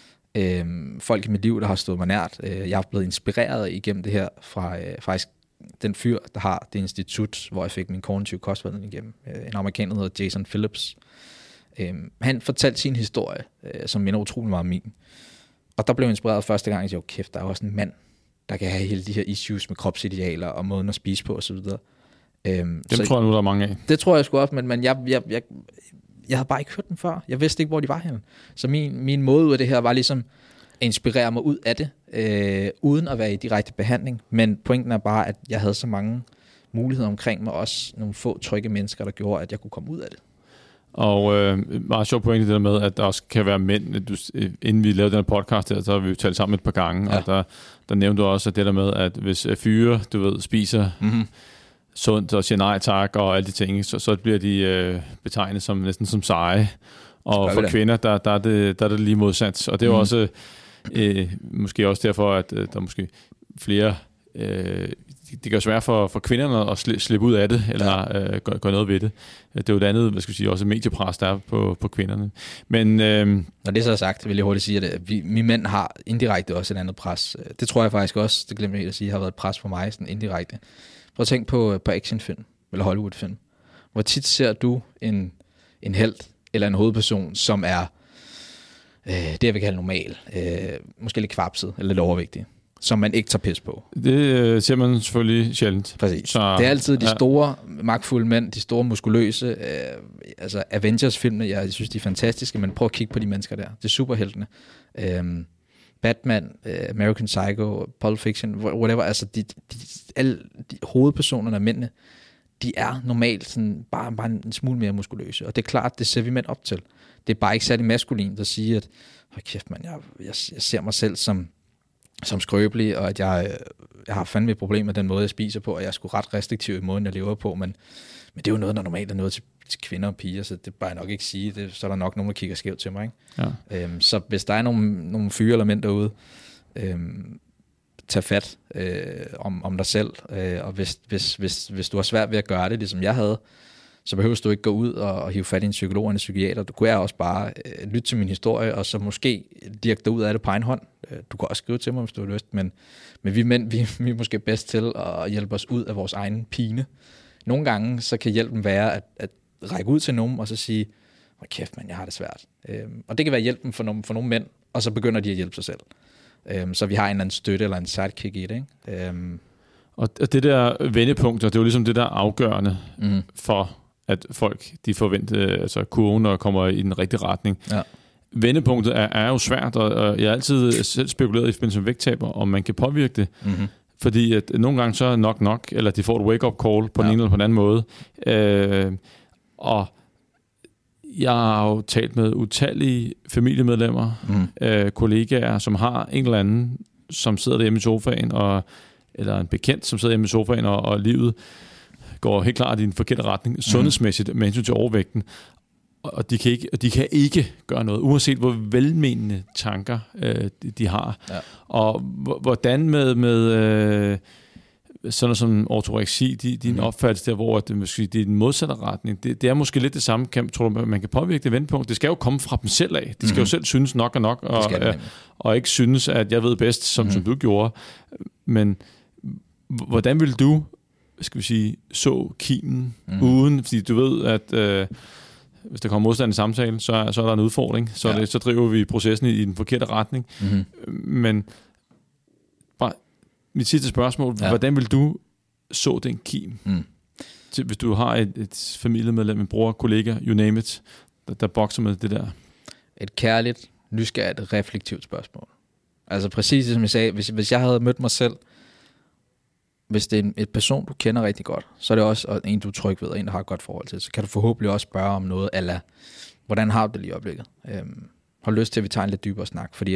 folk i mit liv, der har stået mig nært. Jeg har blevet inspireret igennem det her fra faktisk den fyr, der har det institut, hvor jeg fik min kognitive kostvejledning igennem. En amerikaner, der hedder Jason Phillips. Han fortalte sin historie, som minder utrolig meget om min. Og der blev jeg inspireret første gang, at jeg kæft, der er også en mand, der kan have hele de her issues med kropsidealer og måden at spise på osv.
Dem tror jeg nu, der er mange af.
Det tror jeg sgu også, men jeg havde bare ikke hørt dem før. Jeg vidste ikke, hvor de var henne. Så min måde ud af det her var ligesom at inspirere mig ud af det, uden at være i direkte behandling. Men pointen er bare, at jeg havde så mange muligheder omkring mig, også nogle få trygge mennesker, der gjorde, at jeg kunne komme ud af det. Og
meget sjovt pointe det der med, at der også kan være mænd. Inden vi lavede den her podcast her, så har vi jo talt sammen et par gange, ja. Og der nævnte du også at det der med, at hvis fyre, du ved, spiser sundt og siger nej tak og alle de ting, så bliver de betegnet som næsten som seje. Og for kvinder, der er det lige modsat. Og det er jo også måske også derfor, at der er måske flere... det gør svært for kvinderne at slippe ud af det, eller gøre noget ved det. Det er jo et andet, hvad skal jeg sige, også mediepres, der er på kvinderne. Men,
når det så er sagt, vil jeg hurtigt sige, at vi mænd har indirekte også et andet pres. Det tror jeg faktisk også, det glemte jeg at sige, har været et pres på mig, sådan indirekte. Prøv at tænke på actionfilm, eller Hollywoodfilm. Hvor tit ser du en helt, eller en hovedperson, som er det, jeg vil kalde normal, måske lidt kvapset, eller lidt overvægtig, som man ikke tager pis på.
Det ser man selvfølgelig sjældent.
Præcis. Så, det er altid de store, magtfulde mænd, de store, muskuløse, altså Avengers-filmene, jeg synes, de er fantastiske, men prøv at kigge på de mennesker der. Det er superheltene. Batman, American Psycho, Pulp Fiction, whatever, altså alle de hovedpersonerne af mændene, de er normalt sådan, bare en smule mere muskuløse. Og det er klart, det ser vi mænd op til. Det er bare ikke særlig maskulint at sige, at kæft, man, jeg ser mig selv som som skrøbelig, og at jeg har fandme et problem med den måde, jeg spiser på, og jeg er sgu ret restriktiv i måden, jeg lever på, men det er jo noget, der normalt er noget til kvinder og piger, så det bør jeg nok ikke sige. Så er der nok nogen, der kigger skævt til mig. Ikke? Ja. Så hvis der er nogle fyre eller mænd derude, tag fat om dig selv, og hvis du har svært ved at gøre det, ligesom jeg havde, så behøver du ikke gå ud og hive fat i en psykolog og en psykiater. Du kunne også bare lytte til min historie, og så måske dirke dig ud af det på egen hånd. Du kan også skrive til mig, hvis du har lyst, men vi mænd, vi er måske bedst til at hjælpe os ud af vores egen pine. Nogle gange, så kan hjælpen være at række ud til nogen, og så sige, hvor kæft, man, jeg har det svært. Og det kan være hjælpen for nogle mænd, og så begynder de at hjælpe sig selv. Så vi har en eller anden støtte eller en sidekick i det. Ikke?
Og det der vendepunkt, det er jo ligesom det der afgørende for, at folk de forventer, altså kurven og kommer i den rigtige retning. Ja. Vendepunktet er jo svært, og jeg har altid selv spekuleret i forbindelse med vægttab, om man kan påvirke det. Mm-hmm. Fordi at nogle gange så er nok, eller de får et wake-up call på den ene eller på den anden måde. Og jeg har jo talt med utallige familiemedlemmer, kollegaer, som har en eller anden, som sidder derhjemme i sofaen, eller en bekendt, som sidder hjemme i sofaen, og livet går helt klart i en forkert retning, sundhedsmæssigt med hensyn til overvægten. Og de kan ikke gøre noget, uanset hvor velmenende tanker de har. Ja. Og hvordan med sådan noget som ortoreksi, din opfattelse der, hvor det måske det er den modsatte retning, det er måske lidt det samme, tror du, man kan påvirke det vendepunkt. Det skal jo komme fra dem selv af. De skal jo selv synes nok og nok, og ikke synes, at jeg ved bedst, som du gjorde. Men hvordan vil du, skal vi sige, så kimen uden, fordi du ved, at hvis der kommer modstand i samtalen, så er der en udfordring. Så driver vi processen i den forkerte retning. Mm-hmm. Men bare mit sidste spørgsmål, hvordan vil du så den kim? Hvis du har et familiemedlem, en bror, kollega, you name it, der bokser med det der.
Et kærligt, nysgerrigt, reflektivt spørgsmål. Altså præcis som jeg sagde, hvis jeg havde mødt mig selv, hvis det er et person, du kender rigtig godt, så er det også en, du er tryg ved, og en, der har et godt forhold til, så kan du forhåbentlig også spørge om noget, eller hvordan har du det lige i øjeblikket? Har lyst til, at vi tager en lidt dybere snak, fordi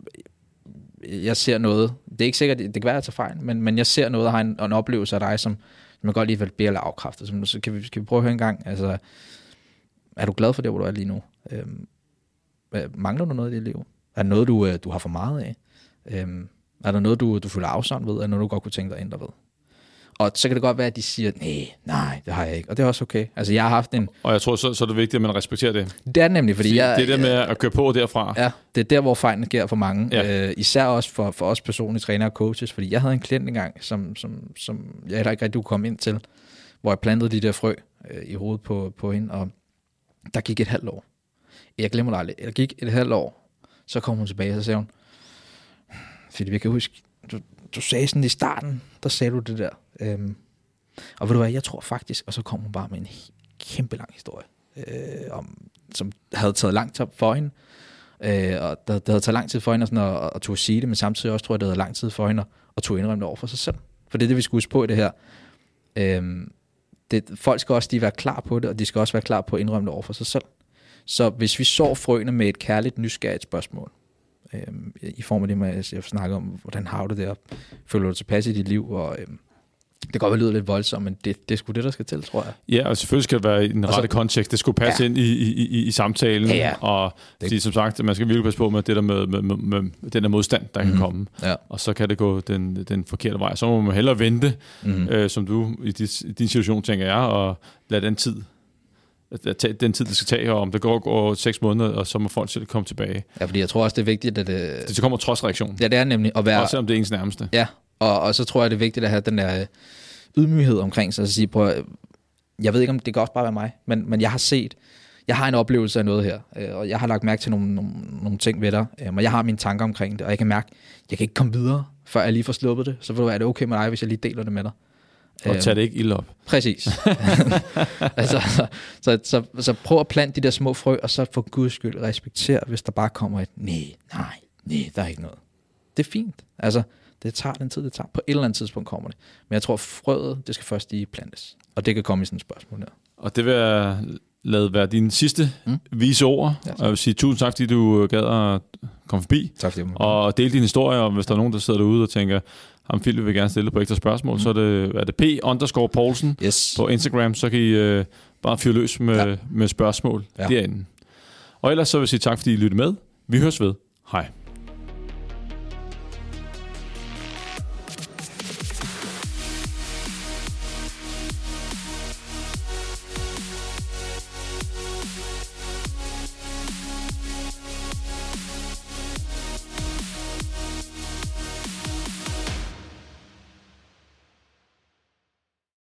jeg ser noget, det er ikke sikkert, det kan være, at jeg tager fejl, men jeg ser noget og har en oplevelse af dig, som jeg godt lige vil bede eller afkræfte. Så kan vi prøve at høre en gang, altså, er du glad for det, hvor du er lige nu? Mangler du noget i dit liv? Er der noget, du har for meget af? Er der noget, du føler afsavn ved? Er der noget, du godt kunne tænke dig at ændre ved? Og så kan det godt være, at de siger, nej, det har jeg ikke. Og det er også okay. Altså, jeg har haft en...
Og jeg tror, så er det vigtigt, at man respekterer det.
Det er nemlig, fordi
det er det med at køre på derfra.
Ja, det er der, hvor fejlen sker for mange. Ja. Især også for os personlige trænere og coaches. Fordi jeg havde en klient engang, som jeg heller ikke rigtig kunne komme ind til, hvor jeg plantede de der frø i hovedet på hende. Og der gik et halvt år. Jeg glemmer det aldrig. Der gik et halvt år. Så kom hun tilbage, og så sagde hun, fordi jeg kan huske, du sagde sådan i starten, der sagde du det der. Og ved du hvad, jeg tror faktisk, og så kom hun bare med en kæmpe lang historie, som havde taget lang tid for hende, og det havde taget lang tid for hende at tog at sige det, men samtidig også tror jeg, det havde lang tid for hende at tog indrømme det over for sig selv. For det er det, vi skal huske på i det her. Folk skal også være klar på det, og de skal også være klar på at indrømme det over for sig selv. Så hvis vi så frøene med et kærligt, nysgerrigt spørgsmål, i form af det, jeg snakker om, hvordan har du det, og føler du tilpas i dit liv, og det kan godt være lyder lidt voldsomt, men det er sgu det, der skal til, tror jeg.
Ja, og selvfølgelig skal det være i den rette kontekst. Det skulle passe ind i samtalen, og fordi, som sagt, man skal virkelig passe på med det der med den der modstand, der kan komme, og så kan det gå den forkerte vej. Så må man hellere vente, som du i din situation tænker jeg, og lade den tid det skal tage, og om det går 6 måneder, og så må folk selv komme tilbage.
Ja, fordi jeg tror også, det er vigtigt, at
det kommer trods reaktion.
Ja, det er nemlig at være...
Også selvom det er ens nærmeste.
Ja, og så tror jeg, det er vigtigt at have den der ydmyghed omkring sig, og sige, prøv, jeg ved ikke, om det kan også bare være mig, men jeg har en oplevelse af noget her, og jeg har lagt mærke til nogle ting ved dig, og jeg har mine tanker omkring det, og jeg kan mærke, jeg kan ikke komme videre, før jeg lige får sluppet det, så er det okay med dig, hvis jeg lige deler det med dig.
Og tag det ikke ild op.
Præcis. Altså, så prøv at plante de der små frø, og så for guds skyld respektere, hvis der bare kommer et nej, der er ikke noget. Det er fint. Altså, det tager den tid, det tager. På et eller andet tidspunkt kommer det. Men jeg tror, frøet, det skal først lige plantes. Og det kan komme i sådan et spørgsmål der.
Og det vil jeg lade være dine sidste vise ord. Ja, og jeg vil sige tusind tak, fordi du gad at komme forbi.
Tak fordi
og dele din historie, og hvis der er nogen, der sidder derude og tænker, ham Philip vil gerne stille på ekstra spørgsmål, så er det P_Poulsen på Instagram, så kan I bare fyre løs med spørgsmål derinde. Og ellers så vil jeg sige tak, fordi I lyttede med. Vi høres ved. Hej.